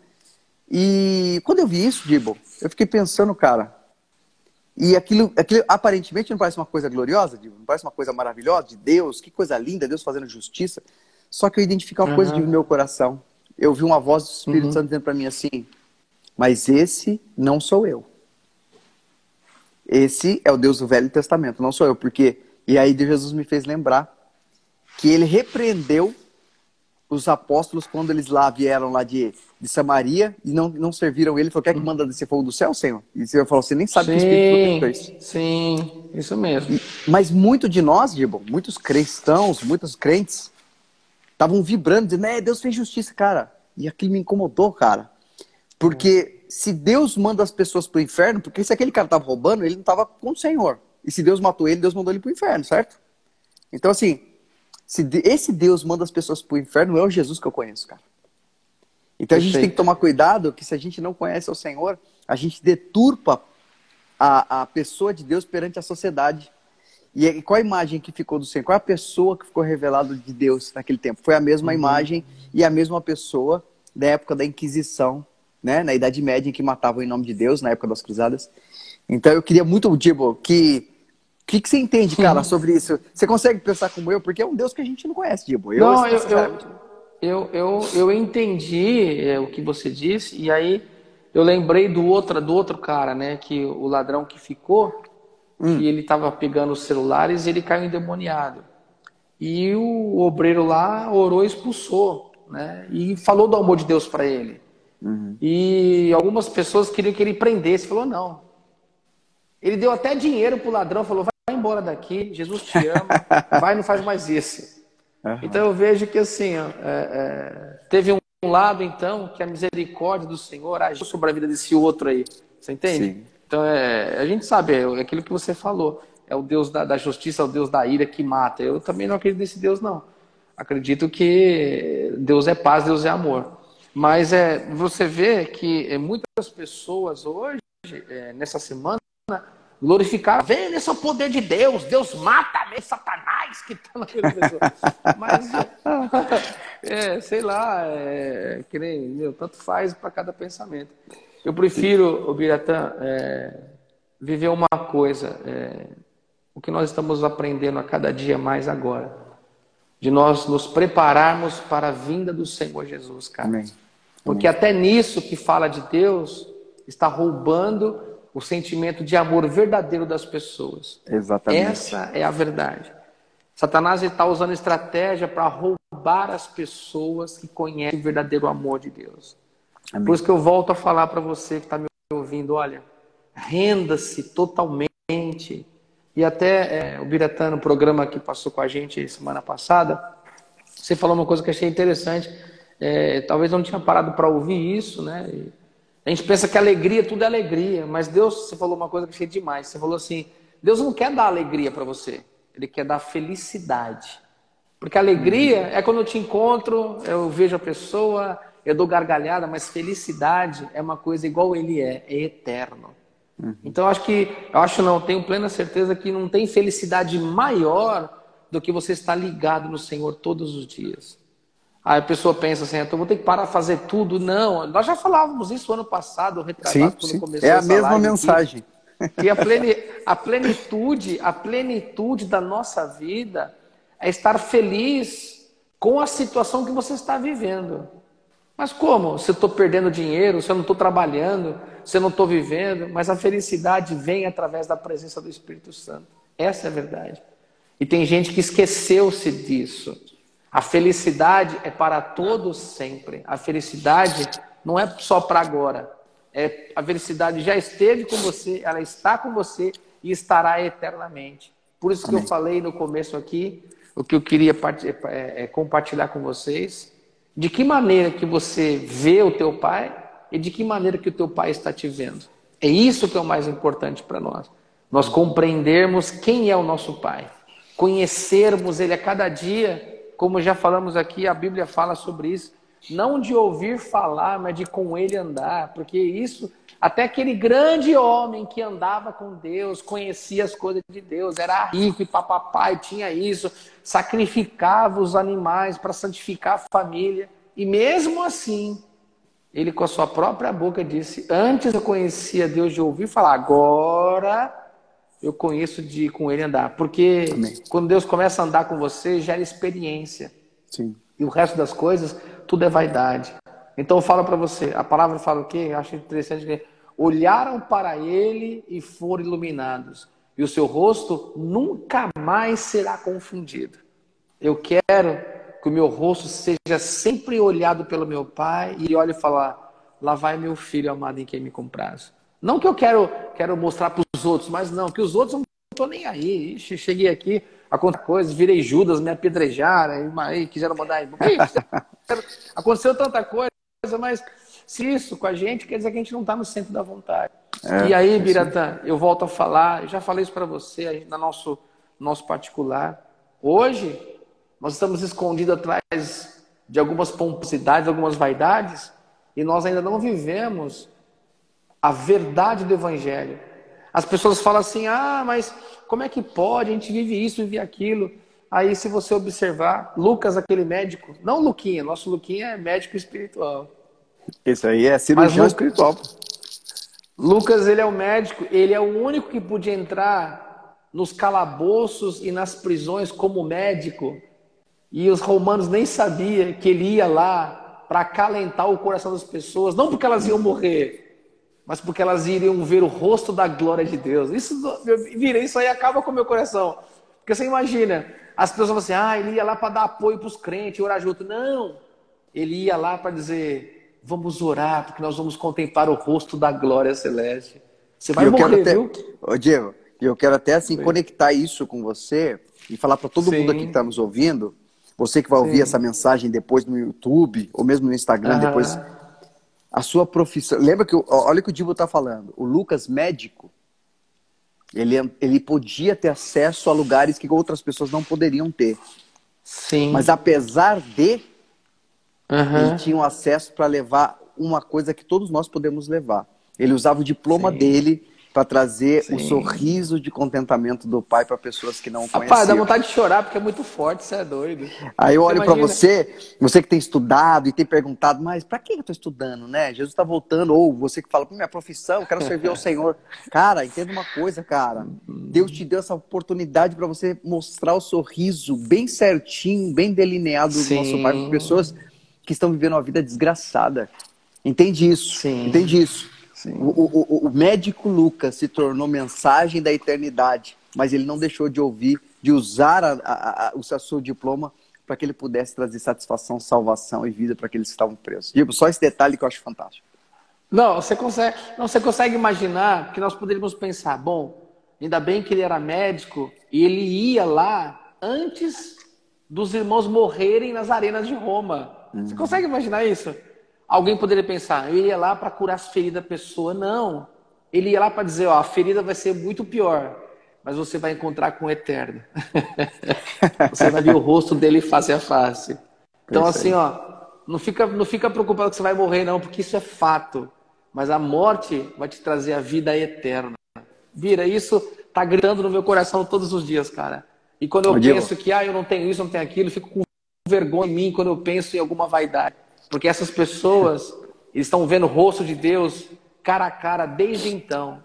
E quando eu vi isso, Dibo, eu fiquei pensando, cara, e aquilo, aquilo aparentemente não parece uma coisa gloriosa, Dibo? Não parece uma coisa maravilhosa de Deus? Que coisa linda, Deus fazendo justiça. Só que eu identifiquei uma coisa de no Aham. meu coração. Eu vi uma voz do Espírito Santo Uhum. dizendo para mim assim, mas esse não sou eu. Esse é o Deus do Velho Testamento, não sou eu. Porque, e aí Jesus me fez lembrar que ele repreendeu os apóstolos, quando eles lá vieram lá de, de Samaria e não, não serviram ele, falou, quer que manda descer fogo do céu, Senhor? E o Senhor falou, você nem sabe sim, que o Espírito fez. Sim, isso mesmo. Mas muito de nós, Gibo, muitos cristãos, muitos crentes, estavam vibrando, dizendo, é, Deus fez justiça, cara. E aquilo me incomodou, cara. Porque se Deus manda as pessoas pro inferno, porque se aquele cara estava roubando, ele não estava com o Senhor. E se Deus matou ele, Deus mandou ele pro inferno, certo? Então, assim, se esse Deus manda as pessoas pro inferno, é o Jesus que eu conheço, cara. Então, a gente tem que tomar cuidado que se a gente não conhece o Senhor, a gente deturpa a, a pessoa de Deus perante a sociedade. E, e qual a imagem que ficou do Senhor? Qual a pessoa que ficou revelada de Deus naquele tempo? Foi a mesma uhum. imagem e a mesma pessoa da época da Inquisição, né? Na Idade Média, em que matavam em nome de Deus, na época das Cruzadas. Então, eu queria muito, Dibo, que... O que, que você entende, cara, uhum. sobre isso? Você consegue pensar como eu? Porque é um Deus que a gente não conhece, Dibo. Eu, não, eu, eu, eu, eu, eu entendi é, o que você disse, e aí eu lembrei do outro, do outro cara, né? Que o ladrão que ficou, hum. que ele estava pegando os celulares e ele caiu endemoniado. E o obreiro lá orou e expulsou, né? E falou do amor de Deus para ele. Uhum. E algumas pessoas queriam que ele prendesse. Falou, não. Ele deu até dinheiro pro ladrão, falou, vai embora daqui, Jesus te ama, vai, não faz mais isso. Uhum. Então eu vejo que assim, ó, é, é, teve um lado então que a misericórdia do Senhor agiu sobre a vida desse outro aí, você entende? Sim. Então é, a gente sabe, é aquilo que você falou, é o Deus da, da justiça, é o Deus da ira que mata. Eu também não acredito nesse Deus não, acredito que Deus é paz, Deus é amor. Mas é, você vê que muitas pessoas hoje, é, nessa semana, glorificar, vendo esse é o poder de Deus, Deus mata mesmo Satanás que está naquela pessoa. Mas, é, sei lá, é, que nem, meu, tanto faz para cada pensamento. Eu prefiro, o Biratã, é, viver uma coisa, é, o que nós estamos aprendendo a cada dia mais agora, de nós nos prepararmos para a vinda do Senhor Jesus, cara. Amém. Porque Amém. Até nisso que fala de Deus, está roubando o sentimento de amor verdadeiro das pessoas. Exatamente. Essa é a verdade. Satanás está usando estratégia para roubar as pessoas que conhecem o verdadeiro amor de Deus. Amém. Por isso que eu volto a falar para você que está me ouvindo, olha, renda-se totalmente. E até é, o Biratã, no programa que passou com a gente semana passada, você falou uma coisa que eu achei interessante. É, talvez eu não tinha parado para ouvir isso, né? E, a gente pensa que alegria, tudo é alegria, mas Deus, você falou uma coisa que eu achei demais. Você falou assim, Deus não quer dar alegria para você, Ele quer dar felicidade. Porque alegria uhum. é quando eu te encontro, eu vejo a pessoa, eu dou gargalhada, mas felicidade é uma coisa igual Ele é, é eterno. Uhum. Então eu acho que, eu acho não, tenho plena certeza que não tem felicidade maior do que você estar ligado no Senhor todos os dias. Aí a pessoa pensa assim, então vou ter que parar de fazer tudo. Não, nós já falávamos isso ano passado, retrasado, sim, quando sim. começou é a mesma mensagem. Que a, pleni, a plenitude, a plenitude da nossa vida é estar feliz com a situação que você está vivendo. Mas como? Se eu estou perdendo dinheiro, se eu não estou trabalhando, se eu não estou vivendo, mas a felicidade vem através da presença do Espírito Santo. Essa é a verdade. E tem gente que esqueceu-se disso. A felicidade é para todos sempre. A felicidade não é só para agora. É, a felicidade já esteve com você, ela está com você e estará eternamente. Por isso que Amém. Eu falei no começo aqui, o que eu queria é, é, compartilhar com vocês, de que maneira que você vê o teu pai e de que maneira que o teu pai está te vendo. É isso que é o mais importante para nós. Nós compreendermos quem é o nosso pai. Conhecermos ele a cada dia. Como já falamos aqui, a Bíblia fala sobre isso. Não de ouvir falar, mas de com ele andar. Porque isso, até aquele grande homem que andava com Deus, conhecia as coisas de Deus, era rico e papapai, tinha isso, sacrificava os animais para santificar a família. E mesmo assim, ele com a sua própria boca disse, antes eu conhecia Deus de ouvir falar, agora eu conheço de com ele andar. Porque Amém. Quando Deus começa a andar com você, gera experiência. Sim. E o resto das coisas, tudo é vaidade. Então eu falo para você, a palavra fala o quê? Eu acho interessante que olharam para ele e foram iluminados. E o seu rosto nunca mais será confundido. Eu quero que o meu rosto seja sempre olhado pelo meu Pai e ele olhe e falar, lá vai meu filho amado em quem me compraz. Não que eu quero, quero mostrar para os outros, mas não, que os outros não estou nem aí. Ixi, cheguei aqui a contar coisas, virei Judas, me apedrejaram, aí, quiseram mandar embora. Aconteceu tanta coisa, mas se isso com a gente, quer dizer que a gente não está no centro da vontade. É, e aí, Biratã, eu volto a falar, eu já falei isso para você, no nosso, nosso particular. Hoje, nós estamos escondidos atrás de algumas pomposidades, algumas vaidades, e nós ainda não vivemos a verdade do Evangelho. As pessoas falam assim, ah, mas como é que pode? A gente vive isso, vive aquilo. Aí, se você observar, Lucas, aquele médico, não Luquinha, nosso Luquinha é médico espiritual. Isso aí é cirurgião Mas, espiritual. Lucas, ele é o médico, ele é o único que podia entrar nos calabouços e nas prisões como médico. E os romanos nem sabiam que ele ia lá para acalentar o coração das pessoas, não porque elas iam morrer, mas porque elas iriam ver o rosto da glória de Deus. Isso, vira, isso aí acaba com o meu coração. Porque você imagina, as pessoas falam assim, ah, ele ia lá para dar apoio para os crentes, orar junto. Não, ele ia lá para dizer, vamos orar, porque nós vamos contemplar o rosto da glória celeste. Você vai eu morrer, quero até, viu? Ô, Diego, eu quero até assim Sim. conectar isso com você e falar para todo Sim. mundo aqui que está nos ouvindo, você que vai ouvir Sim. essa mensagem depois no YouTube, ou mesmo no Instagram, ah. depois... A sua profissão... Lembra que... Olha o que o Divo está falando. O Lucas, médico, ele, ele podia ter acesso a lugares que outras pessoas não poderiam ter. Sim. Mas apesar de... Uhum. Ele tinha um acesso para levar uma coisa que todos nós podemos levar. Ele usava o diploma Sim. dele para trazer Sim. o sorriso de contentamento do Pai para pessoas que não conheciam. Rapaz, dá vontade de chorar porque é muito forte, você é doido. Aí eu olho para você, você que tem estudado e tem perguntado, mas para que eu estou estudando, né? Jesus está voltando, ou você que fala, minha profissão, eu quero servir ao Senhor. Cara, entenda uma coisa, cara. Deus te deu essa oportunidade para você mostrar o sorriso bem certinho, bem delineado do nosso Pai para pessoas que estão vivendo uma vida desgraçada. Entende isso? Sim. Entende isso? O, o, o médico Lucas se tornou mensagem da eternidade, mas ele não deixou de ouvir, de usar a, a, a, o seu diploma para que ele pudesse trazer satisfação, salvação e vida para aqueles que estavam presos. Digo, só esse detalhe que eu acho fantástico. Não, você consegue, não, você consegue imaginar que nós poderíamos pensar, bom, ainda bem que ele era médico e ele ia lá antes dos irmãos morrerem nas arenas de Roma. Uhum. Você consegue imaginar isso? Alguém poderia pensar, eu ia lá para curar as feridas da pessoa. Não. Ele ia lá para dizer, ó, a ferida vai ser muito pior, mas você vai encontrar com o Eterno. Você vai ver o rosto dele face a face. Então, assim, ó, não fica, não fica preocupado que você vai morrer, não, porque isso é fato. Mas a morte vai te trazer a vida eterna. Vira, isso tá gritando no meu coração todos os dias, cara. E quando eu Ô, penso Diego. que, ah, eu não tenho isso, não tenho aquilo, eu fico com vergonha em mim quando eu penso em alguma vaidade. Porque essas pessoas estão vendo o rosto de Deus cara a cara desde então.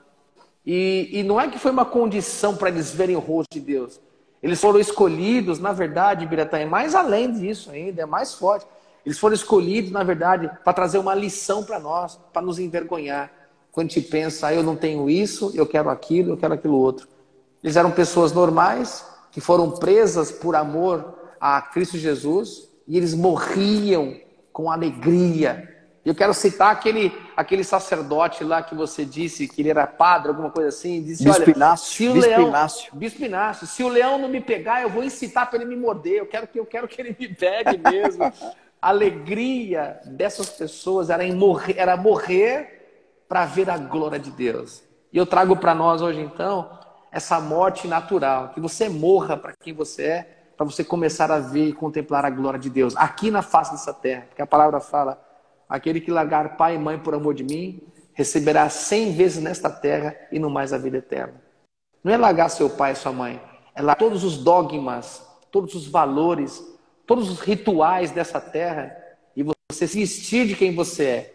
E, e não é que foi uma condição para eles verem o rosto de Deus. Eles foram escolhidos, na verdade, Biratã, é mais além disso ainda, é mais forte. Eles foram escolhidos, na verdade, para trazer uma lição para nós, para nos envergonhar. Quando a gente pensa, ah, eu não tenho isso, eu quero aquilo, eu quero aquilo outro. Eles eram pessoas normais, que foram presas por amor a Cristo Jesus, e eles morriam com alegria. Eu quero citar aquele, aquele sacerdote lá que você disse que ele era padre, alguma coisa assim. Disse, Bispo olha, Inácio, se o Bispo leão, Inácio. Bispo Inácio, se o leão não me pegar, eu vou incitar para ele me morder. Eu quero que, eu quero que ele me pegue mesmo. A alegria dessas pessoas era, em morrer, era morrer para ver a glória de Deus. E eu trago para nós hoje, então, essa morte natural. Que você morra para quem você é, para você começar a ver e contemplar a glória de Deus aqui na face dessa terra. Porque a palavra fala, aquele que largar pai e mãe por amor de mim, receberá cem vezes nesta terra e no mais a vida eterna. Não é largar seu pai e sua mãe, é largar todos os dogmas, todos os valores, todos os rituais dessa terra e você se vestir de quem você é.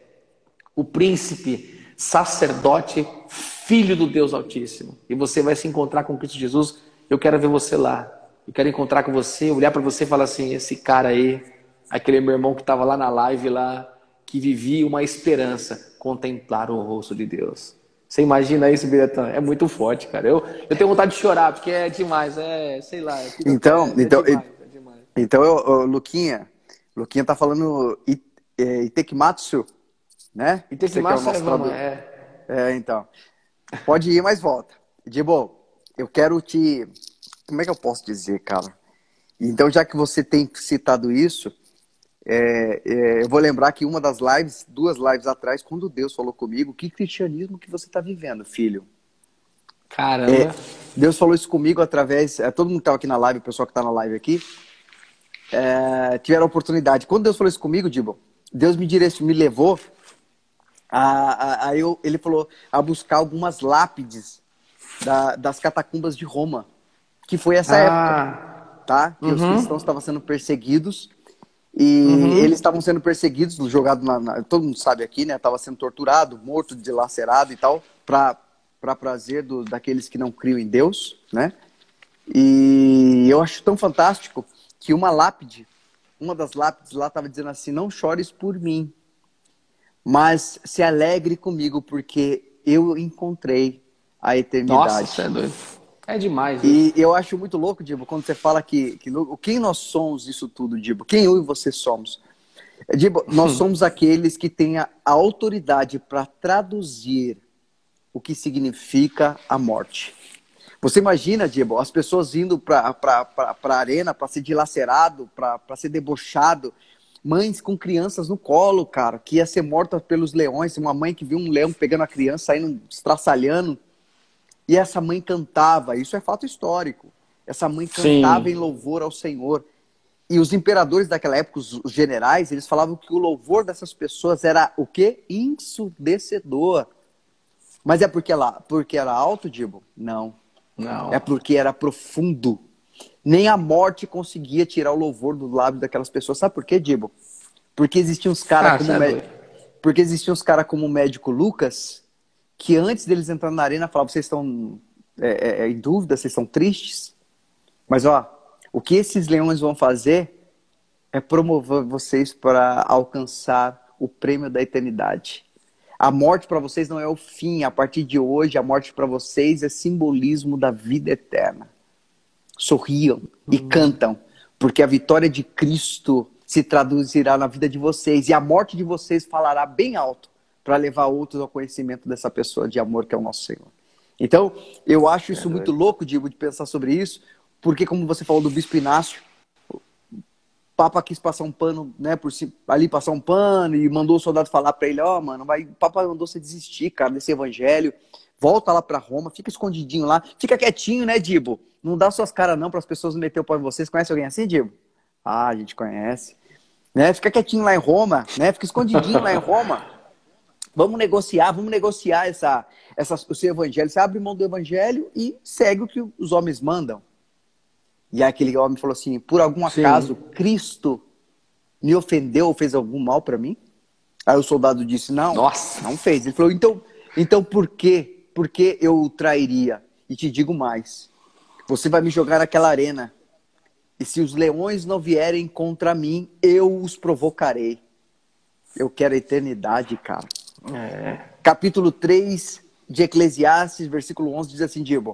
O príncipe, sacerdote, filho do Deus Altíssimo. E você vai se encontrar com Cristo Jesus. Eu quero ver você lá. Eu quero encontrar com você, olhar para você e falar assim, esse cara aí, aquele meu irmão que estava lá na live, lá, que vivia uma esperança, contemplar o rosto de Deus. Você imagina isso, Biratã? É muito forte, cara. Eu, eu tenho vontade de chorar, porque é demais, é, sei lá. É então, é, então é demais, é demais. Então, eu, eu, Luquinha, Luquinha tá falando It, é, Itekimatsu, né? E tem que Você que é o massa, nosso vamos, tradutor. é. É, então. Pode ir, mas volta. Dibo, eu quero te... Como é que eu posso dizer, cara? Então, já que você tem citado isso, é, é, eu vou lembrar que uma das lives, duas lives atrás, quando Deus falou comigo, que cristianismo que você está vivendo, filho? É, Caramba. Deus falou isso comigo através... É, todo mundo que estava aqui na live, o pessoal que está na live aqui, é, tiveram a oportunidade. Quando Deus falou isso comigo, Dibo, Deus me, direc... me levou a, a, a eu, ele falou a buscar algumas lápides da, das catacumbas de Roma, que foi essa época, Ah. tá? Que os cristãos Uhum. estavam sendo perseguidos e eles Uhum. estavam sendo perseguidos, jogado na, na, todo mundo sabe aqui, né? Tava sendo torturado, morto, dilacerado e tal, para para prazer do, daqueles que não criam em Deus, né? E eu acho tão fantástico que uma lápide, uma das lápides lá estava dizendo assim: não chores por mim, mas se alegre comigo, porque eu encontrei a Nossa, você eternidade. é doido. É demais E isso. eu acho muito louco, Dibo, quando você fala que, que no- quem nós somos isso tudo, Dibo? Quem eu e você somos? Dibo, nós somos aqueles que têm a a autoridade para traduzir o que significa a morte. Você imagina, Dibo, as pessoas indo para a arena para ser dilacerado, para ser debochado, mães com crianças no colo, cara, que ia ser morta pelos leões, uma mãe que viu um leão pegando a criança, saindo, estraçalhando, e essa mãe cantava, isso é fato histórico, essa mãe cantava em Sim. louvor ao Senhor. E os imperadores daquela época, os, os generais, eles falavam que o louvor dessas pessoas era o quê? Ensurdecedor. Mas é porque ela, porque era alto, Dibo? Não. É Não. porque era profundo. Nem a morte conseguia tirar o louvor do lábio daquelas pessoas. Sabe por quê, Dibo? Porque existiam uns caras Ah, você como, é mé- doido. porque existiam uns cara como o médico Lucas, que antes deles entrarem na arena falavam: vocês estão é, é, é, em dúvida, vocês estão tristes? Mas ó, o que esses leões vão fazer é promover vocês para alcançar o prêmio da eternidade. A morte para vocês não é o fim. A partir de hoje, a morte para vocês é simbolismo da vida eterna. Sorriam e cantam, porque a vitória de Cristo se traduzirá na vida de vocês e a morte de vocês falará bem alto para levar outros ao conhecimento dessa pessoa de amor que é o nosso Senhor. Então, eu acho Você é isso muito doido. louco, Diego, de pensar sobre isso, porque como você falou do Bispo Inácio, Papa quis passar um pano, né, por si, ali passar um pano e mandou o soldado falar para ele: ó, oh, mano, vai, o Papa mandou você desistir, cara, desse evangelho, volta lá para Roma, fica escondidinho lá, fica quietinho, né, Dibo? Não dá suas caras não para as pessoas não meter o pau em vocês. Conhece alguém assim, Dibo? Ah, a gente conhece. Né? Fica quietinho lá em Roma, né? Fica escondidinho lá em Roma. Vamos negociar, vamos negociar essa, essa, o seu evangelho. Você abre mão do evangelho e segue o que os homens mandam. E aí aquele homem falou assim: por algum acaso Sim. Cristo me ofendeu ou fez algum mal para mim? Aí o soldado disse: não, Nossa. não fez. Ele falou: então, então por quê? Por que eu o trairia? E te digo mais: você vai me jogar naquela arena, e se os leões não vierem contra mim, eu os provocarei. Eu quero a eternidade, cara. É. Capítulo três de Eclesiastes, versículo onze, diz assim: Dibo,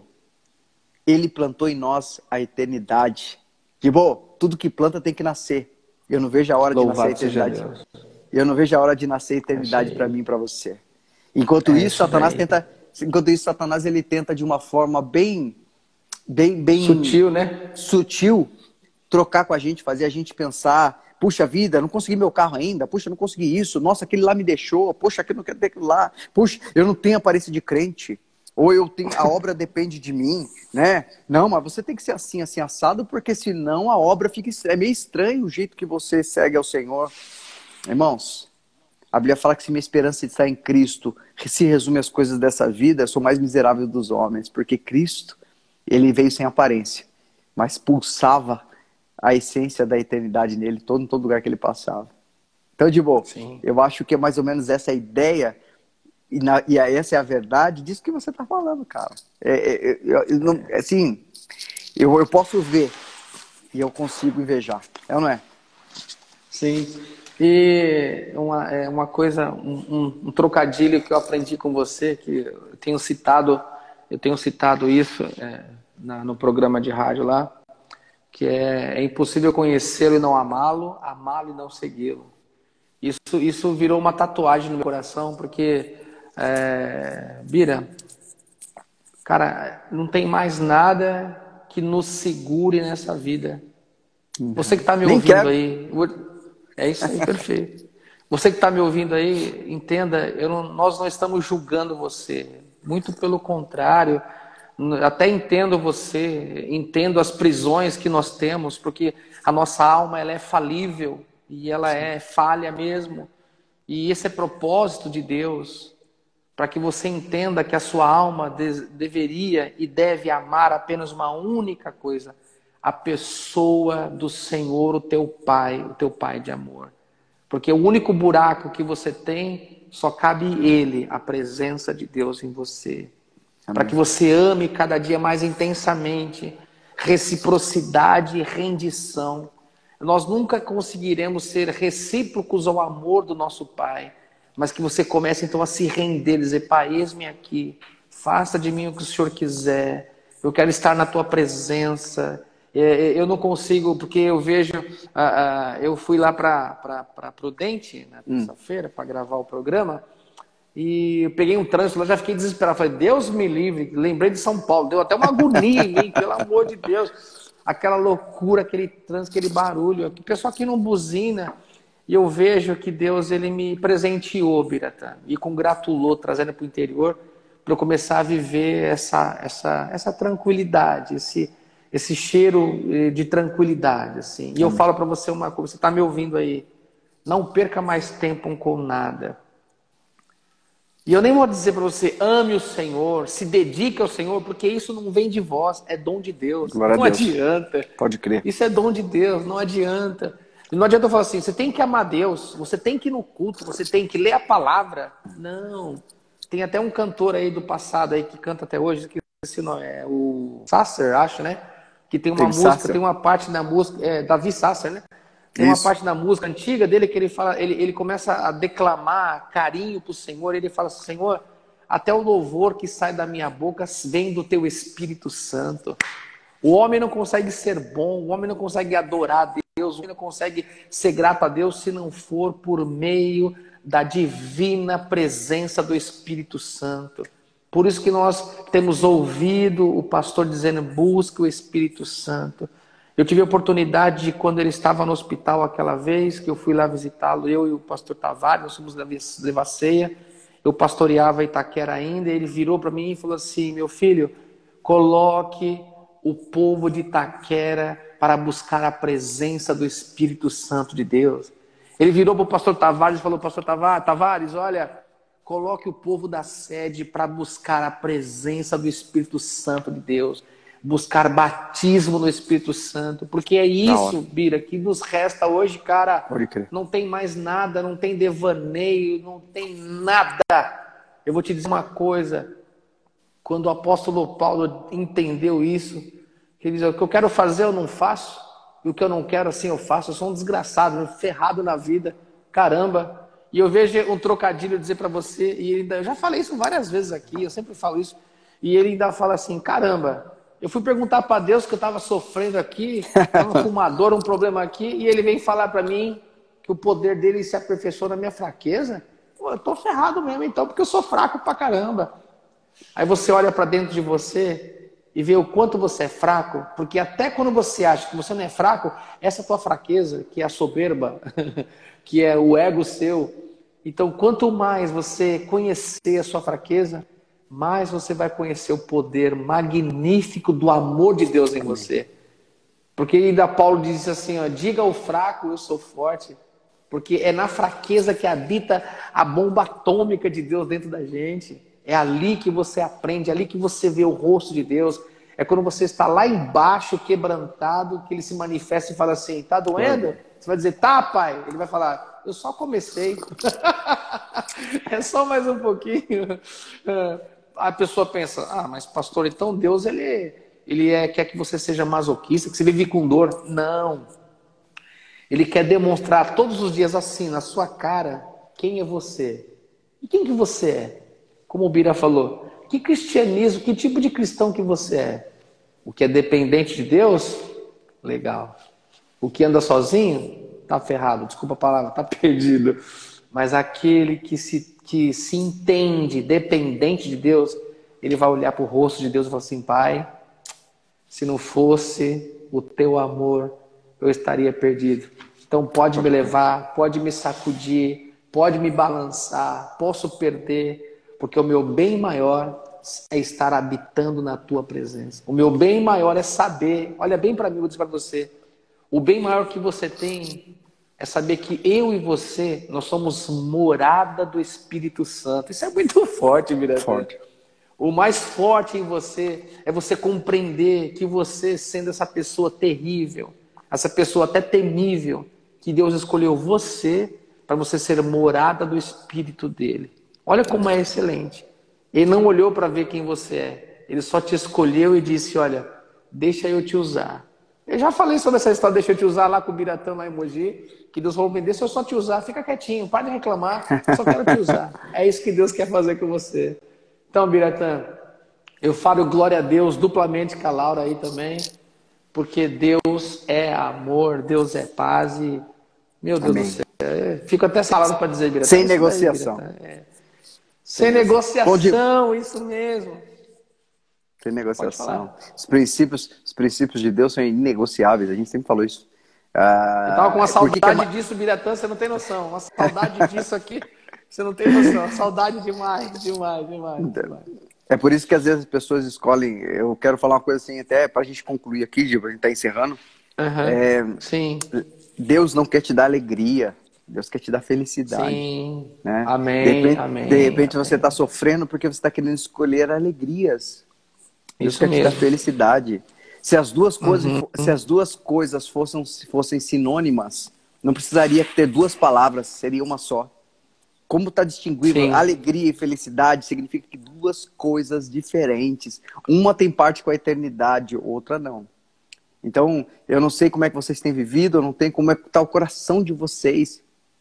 ele plantou em nós a eternidade. Dibo, tudo que planta tem que nascer. Eu não vejo a hora de nascer a Louvado seja eternidade. Deus. Eu não vejo a hora de nascer a É isso eternidade para aí. mim e para você. Enquanto É isso, isso Satanás daí. tenta, enquanto isso, Satanás ele tenta de uma forma bem, bem, bem Sutil, né? sutil trocar com a gente, fazer a gente pensar: puxa vida, não consegui meu carro ainda, puxa, não consegui isso, nossa, aquele lá me deixou, puxa, aquele não quero ter aquilo lá, puxa, eu não tenho aparência de crente, ou eu tenho, a obra depende de mim, né? Não, mas você tem que ser assim, assim, assado, porque senão a obra fica, é meio estranho o jeito que você segue ao Senhor. Irmãos, a Bíblia fala que se minha esperança está em Cristo se resume às coisas dessa vida, eu sou mais miserável dos homens, porque Cristo, ele veio sem aparência, mas pulsava a essência da eternidade nele, todo, em todo lugar que ele passava. Então, de boa, Sim. eu acho que é mais ou menos essa a ideia, e, na, e essa é a verdade disso que você está falando, cara. É, é, eu, eu não, assim, eu, eu posso ver e eu consigo invejar, é ou não é? Sim. E uma, é uma coisa, um, um, um trocadilho que eu aprendi com você, que eu tenho citado, eu tenho citado isso é, na, no programa de rádio lá, que é, é impossível conhecê-lo e não amá-lo, amá-lo e não segui-lo. Isso, isso virou uma tatuagem no meu coração, porque, é, Bira, cara, não tem mais nada que nos segure nessa vida. Você que está me Nem ouvindo quero. aí, é isso aí, perfeito. Você que está me ouvindo aí, entenda, eu não, nós não estamos julgando você. Muito pelo contrário, até entendo você, entendo as prisões que nós temos, porque a nossa alma ela é falível e ela é falha mesmo. E esse é propósito de Deus, para que você entenda que a sua alma de, deveria e deve amar apenas uma única coisa, a pessoa do Senhor, o teu Pai, o teu Pai de amor. Porque o único buraco que você tem, só cabe Ele, a presença de Deus em você. Para que você ame cada dia mais intensamente, reciprocidade e rendição. Nós nunca conseguiremos ser recíprocos ao amor do nosso Pai, mas que você comece então a se render, dizer, Pai, eis-me aqui, faça de mim o que o Senhor quiser, eu quero estar na Tua presença. Eu não consigo, porque eu vejo, eu fui lá para Prudente na terça-feira para gravar o programa, e eu peguei um trânsito lá, já fiquei desesperado. Falei, Deus me livre, lembrei de São Paulo, deu até uma agonia em mim, pelo amor de Deus. Aquela loucura, aquele trânsito, aquele barulho. O pessoal aqui não buzina. E eu vejo que Deus ele me presenteou, Biratã, e congratulou, trazendo para o interior, para eu começar a viver essa, essa, essa tranquilidade, esse, esse cheiro de tranquilidade. Assim. E eu falo para você uma coisa, você está me ouvindo aí, não perca mais tempo com nada. E eu nem vou dizer para você, ame o Senhor, se dedique ao Senhor, porque isso não vem de vós, é dom de Deus. Glória não a Deus. adianta. Pode crer. Isso é dom de Deus, não adianta. Não adianta eu falar assim, você tem que amar Deus, você tem que ir no culto, você tem que ler a palavra. Não. Tem até um cantor aí do passado aí que canta até hoje, que esse nome é o Sasser, acho, né? Que tem uma David música, Sasser. tem uma parte da música, é Davi Sasser, né? Tem Isso. uma parte da música antiga dele que ele fala, ele, ele começa a declamar carinho pro Senhor, ele fala assim, Senhor, até o louvor que sai da minha boca vem do teu Espírito Santo. O homem não consegue ser bom, o homem não consegue adorar a Deus, o homem não consegue ser grato a Deus se não for por meio da divina presença do Espírito Santo. Por isso que nós temos ouvido o pastor dizendo, busque o Espírito Santo. Eu tive a oportunidade de, quando ele estava no hospital aquela vez, que eu fui lá visitá-lo, eu e o pastor Tavares, nós fomos levar ceia, eu pastoreava Itaquera ainda, e ele virou para mim e falou assim, meu filho, coloque o povo de Itaquera para buscar a presença do Espírito Santo de Deus. Ele virou para o pastor Tavares e falou, pastor Tavares, Tavares, olha, coloque o povo da sede para buscar a presença do Espírito Santo de Deus. Buscar batismo no Espírito Santo, porque é isso, Bira, que nos resta hoje, cara. Não tem mais nada, não tem devaneio, não tem nada. Eu vou te dizer uma coisa, quando o apóstolo Paulo entendeu isso, que ele diz, o que eu quero fazer eu não faço, e o que eu não quero assim eu faço, eu sou um desgraçado, um ferrado na vida, caramba. E eu vejo um trocadilho dizer para você, e ele ainda, eu já falei isso várias vezes aqui, eu sempre falo isso, e ele ainda fala assim, caramba, eu fui perguntar para Deus que eu estava sofrendo aqui, uma fumadora, um problema aqui, e ele vem falar para mim que o poder dele se aperfeiçoa na minha fraqueza. Pô, eu tô ferrado mesmo então, porque eu sou fraco pra caramba. Aí você olha para dentro de você e vê o quanto você é fraco, porque até quando você acha que você não é fraco, essa tua fraqueza, que é a soberba, que é o ego seu. Então, quanto mais você conhecer a sua fraqueza, mais você vai conhecer o poder magnífico do amor de Deus em você. Porque ainda Paulo diz assim, ó, diga ao fraco, eu sou forte. Porque é na fraqueza que habita a bomba atômica de Deus dentro da gente. É ali que você aprende, é ali que você vê o rosto de Deus. É quando você está lá embaixo, quebrantado, que ele se manifesta e fala assim, tá doendo? Você vai dizer, tá, pai. Ele vai falar, eu só comecei. É só mais um pouquinho. A pessoa pensa, ah, mas pastor, então Deus ele, ele é, quer que você seja masoquista, que você vive com dor. Não. Ele quer demonstrar todos os dias assim, na sua cara, quem é você. E quem que você é? Como o Bira falou, que cristianismo, que tipo de cristão que você é? O que é dependente de Deus? Legal. O que anda sozinho, tá ferrado. Desculpa a palavra, tá perdido. Mas aquele que se, que se entende dependente de Deus, ele vai olhar para o rosto de Deus e falar assim, Pai, se não fosse o teu amor, eu estaria perdido. Então pode me levar, pode me sacudir, pode me balançar, posso perder, porque o meu bem maior é estar habitando na tua presença. O meu bem maior é saber, olha bem para mim, vou dizer para você, o bem maior que você tem é saber que eu e você, nós somos morada do Espírito Santo. Isso é muito forte, Miranda. Forte. O mais forte em você é você compreender que você, sendo essa pessoa terrível, essa pessoa até temível, que Deus escolheu você para você ser morada do Espírito dele. Olha como é excelente. Ele não olhou para ver quem você é. Ele só te escolheu e disse, olha, deixa eu te usar. Eu já falei sobre essa história, deixa eu te usar lá com o Biratã, lá em Mogi, que Deus falou, deixa eu só te usar, fica quietinho, para de reclamar, só quero te usar. É isso que Deus quer fazer com você. Então, Biratã, eu falo glória a Deus duplamente com a Laura aí também, porque Deus é amor, Deus é paz e, meu Deus Amém. do céu, é, fico até salado para dizer, Biratã. Sem negociação. Daí, é. Sem negociação, isso mesmo. Sem negociação. Os princípios, os princípios de Deus são inegociáveis, a gente sempre falou isso. Ah, eu tava com uma saudade que que é... disso, Biratã, você não tem noção. Uma saudade disso aqui, você não tem noção. Saudade demais, demais, demais. demais. É por isso que às vezes as pessoas escolhem. Eu quero falar uma coisa assim, até pra gente concluir aqui, Diego, a gente tá encerrando. Uhum, é, sim. Deus não quer te dar alegria, Deus quer te dar felicidade. Sim. Né? Amém. De repente, amém, de repente amém. você está sofrendo porque você está querendo escolher alegrias. Deus Isso quer mesmo. te dar felicidade. Se as duas coisas, Uhum. se as duas coisas fossem, fossem sinônimas, não precisaria ter duas palavras, seria uma só. Como está distinguível? Sim. Alegria e felicidade significa que duas coisas diferentes. Uma tem parte com a eternidade, outra não. Então, eu não sei como é que vocês têm vivido, eu não sei como é que está o coração de vocês.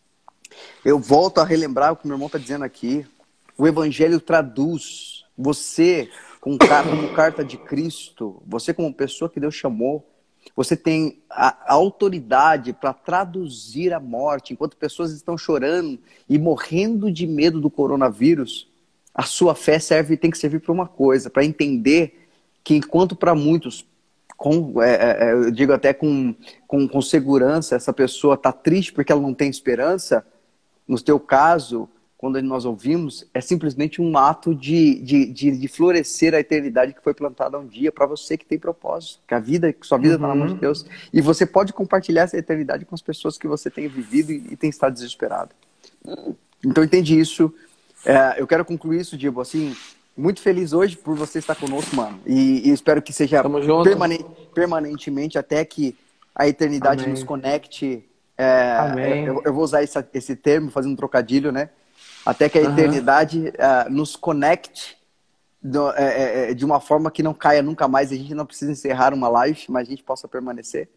Eu volto a relembrar o que meu irmão está dizendo aqui. O Evangelho traduz você como carta de Cristo, você como pessoa que Deus chamou, você tem a autoridade para traduzir a morte. Enquanto pessoas estão chorando e morrendo de medo do coronavírus, a sua fé serve, tem que servir para uma coisa, para entender que enquanto para muitos, com, é, é, eu digo até com, com, com segurança, essa pessoa está triste porque ela não tem esperança, no teu caso, quando nós ouvimos, é simplesmente um ato de, de, de, de florescer a eternidade que foi plantada um dia para você que tem propósito, que a vida, que sua vida está uhum. na mão de Deus. E você pode compartilhar essa eternidade com as pessoas que você tem vivido e, e tem estado desesperado. Então, entendi isso. É, eu quero concluir isso, Diego, assim, muito feliz hoje por você estar conosco, mano. E, e espero que seja permane permanentemente até que a eternidade Amém. nos conecte. É, eu, eu vou usar esse, esse termo, fazendo um trocadilho, né? Até que a uhum. eternidade uh, nos conecte do, é, é, de uma forma que não caia nunca mais. A gente não precisa encerrar uma live, mas a gente possa permanecer.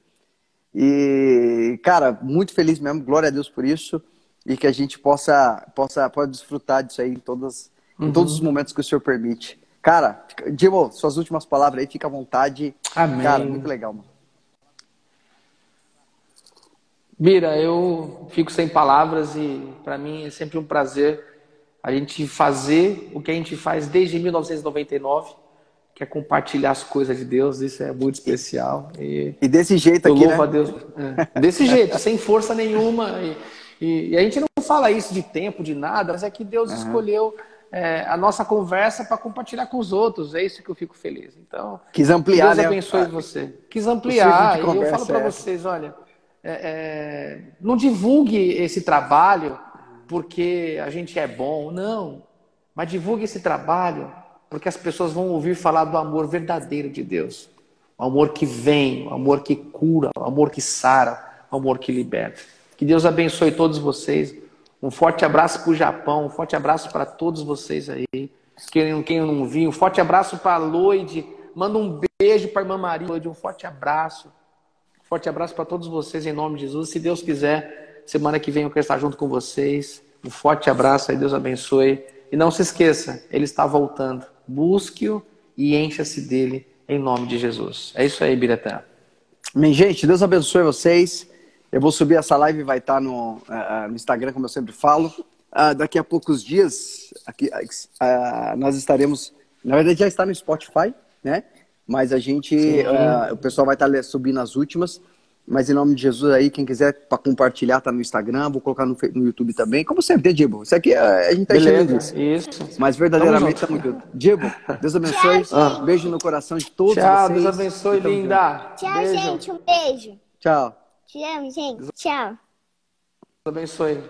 E, cara, muito feliz mesmo. Glória a Deus por isso. E que a gente possa, possa, possa desfrutar disso aí em, todas, uhum. em todos os momentos que o Senhor permite. Cara, Diego, suas últimas palavras aí, fica à vontade. Amém. Cara, muito legal, mano. Bira, eu fico sem palavras e para mim é sempre um prazer a gente fazer o que a gente faz desde mil novecentos e noventa e nove, que é compartilhar as coisas de Deus. Isso é muito especial. E, e desse jeito eu aqui, louvo né? a Deus. É, desse jeito, sem força nenhuma. E, e, e a gente não fala isso de tempo, de nada, mas é que Deus uhum. escolheu é, a nossa conversa para compartilhar com os outros. É isso que eu fico feliz. Então, quis ampliar, Deus abençoe né? você. Quis ampliar. E eu falo para é vocês, olha... É, é, não divulgue esse trabalho porque a gente é bom, não. Mas divulgue esse trabalho porque as pessoas vão ouvir falar do amor verdadeiro de Deus. O amor que vem, o amor que cura, o amor que sara, o amor que liberta. Que Deus abençoe todos vocês. Um forte abraço para o Japão, um forte abraço para todos vocês aí. Quem, quem não viu, um forte abraço para a Loide. Manda um beijo para a irmã Maria. Loide, um forte abraço. Forte abraço para todos vocês em nome de Jesus. Se Deus quiser, semana que vem eu quero estar junto com vocês. Um forte abraço aí, Deus abençoe. E não se esqueça, Ele está voltando. Busque-o e encha-se dele em nome de Jesus. É isso aí, Biratã. Bem, gente, Deus abençoe vocês. Eu vou subir essa live, vai estar no, uh, no Instagram, como eu sempre falo. Uh, daqui a poucos dias, aqui, uh, nós estaremos... Na verdade, já está no Spotify, né? Mas a gente... Uh, o pessoal vai estar subindo as últimas. Mas em nome de Jesus aí, quem quiser para compartilhar, tá no Instagram. Vou colocar no, no YouTube também. Como sempre, Diego. Isso aqui a gente tá enchendo Beleza, isso. Mas verdadeiramente estamos juntos. Diego, Deus abençoe. Tchau, Beijo no coração de todos Tchau, vocês. Deus abençoe, linda. Tchau, Beijo. gente. Um beijo. Tchau. Te amo, gente. Tchau. Deus abençoe.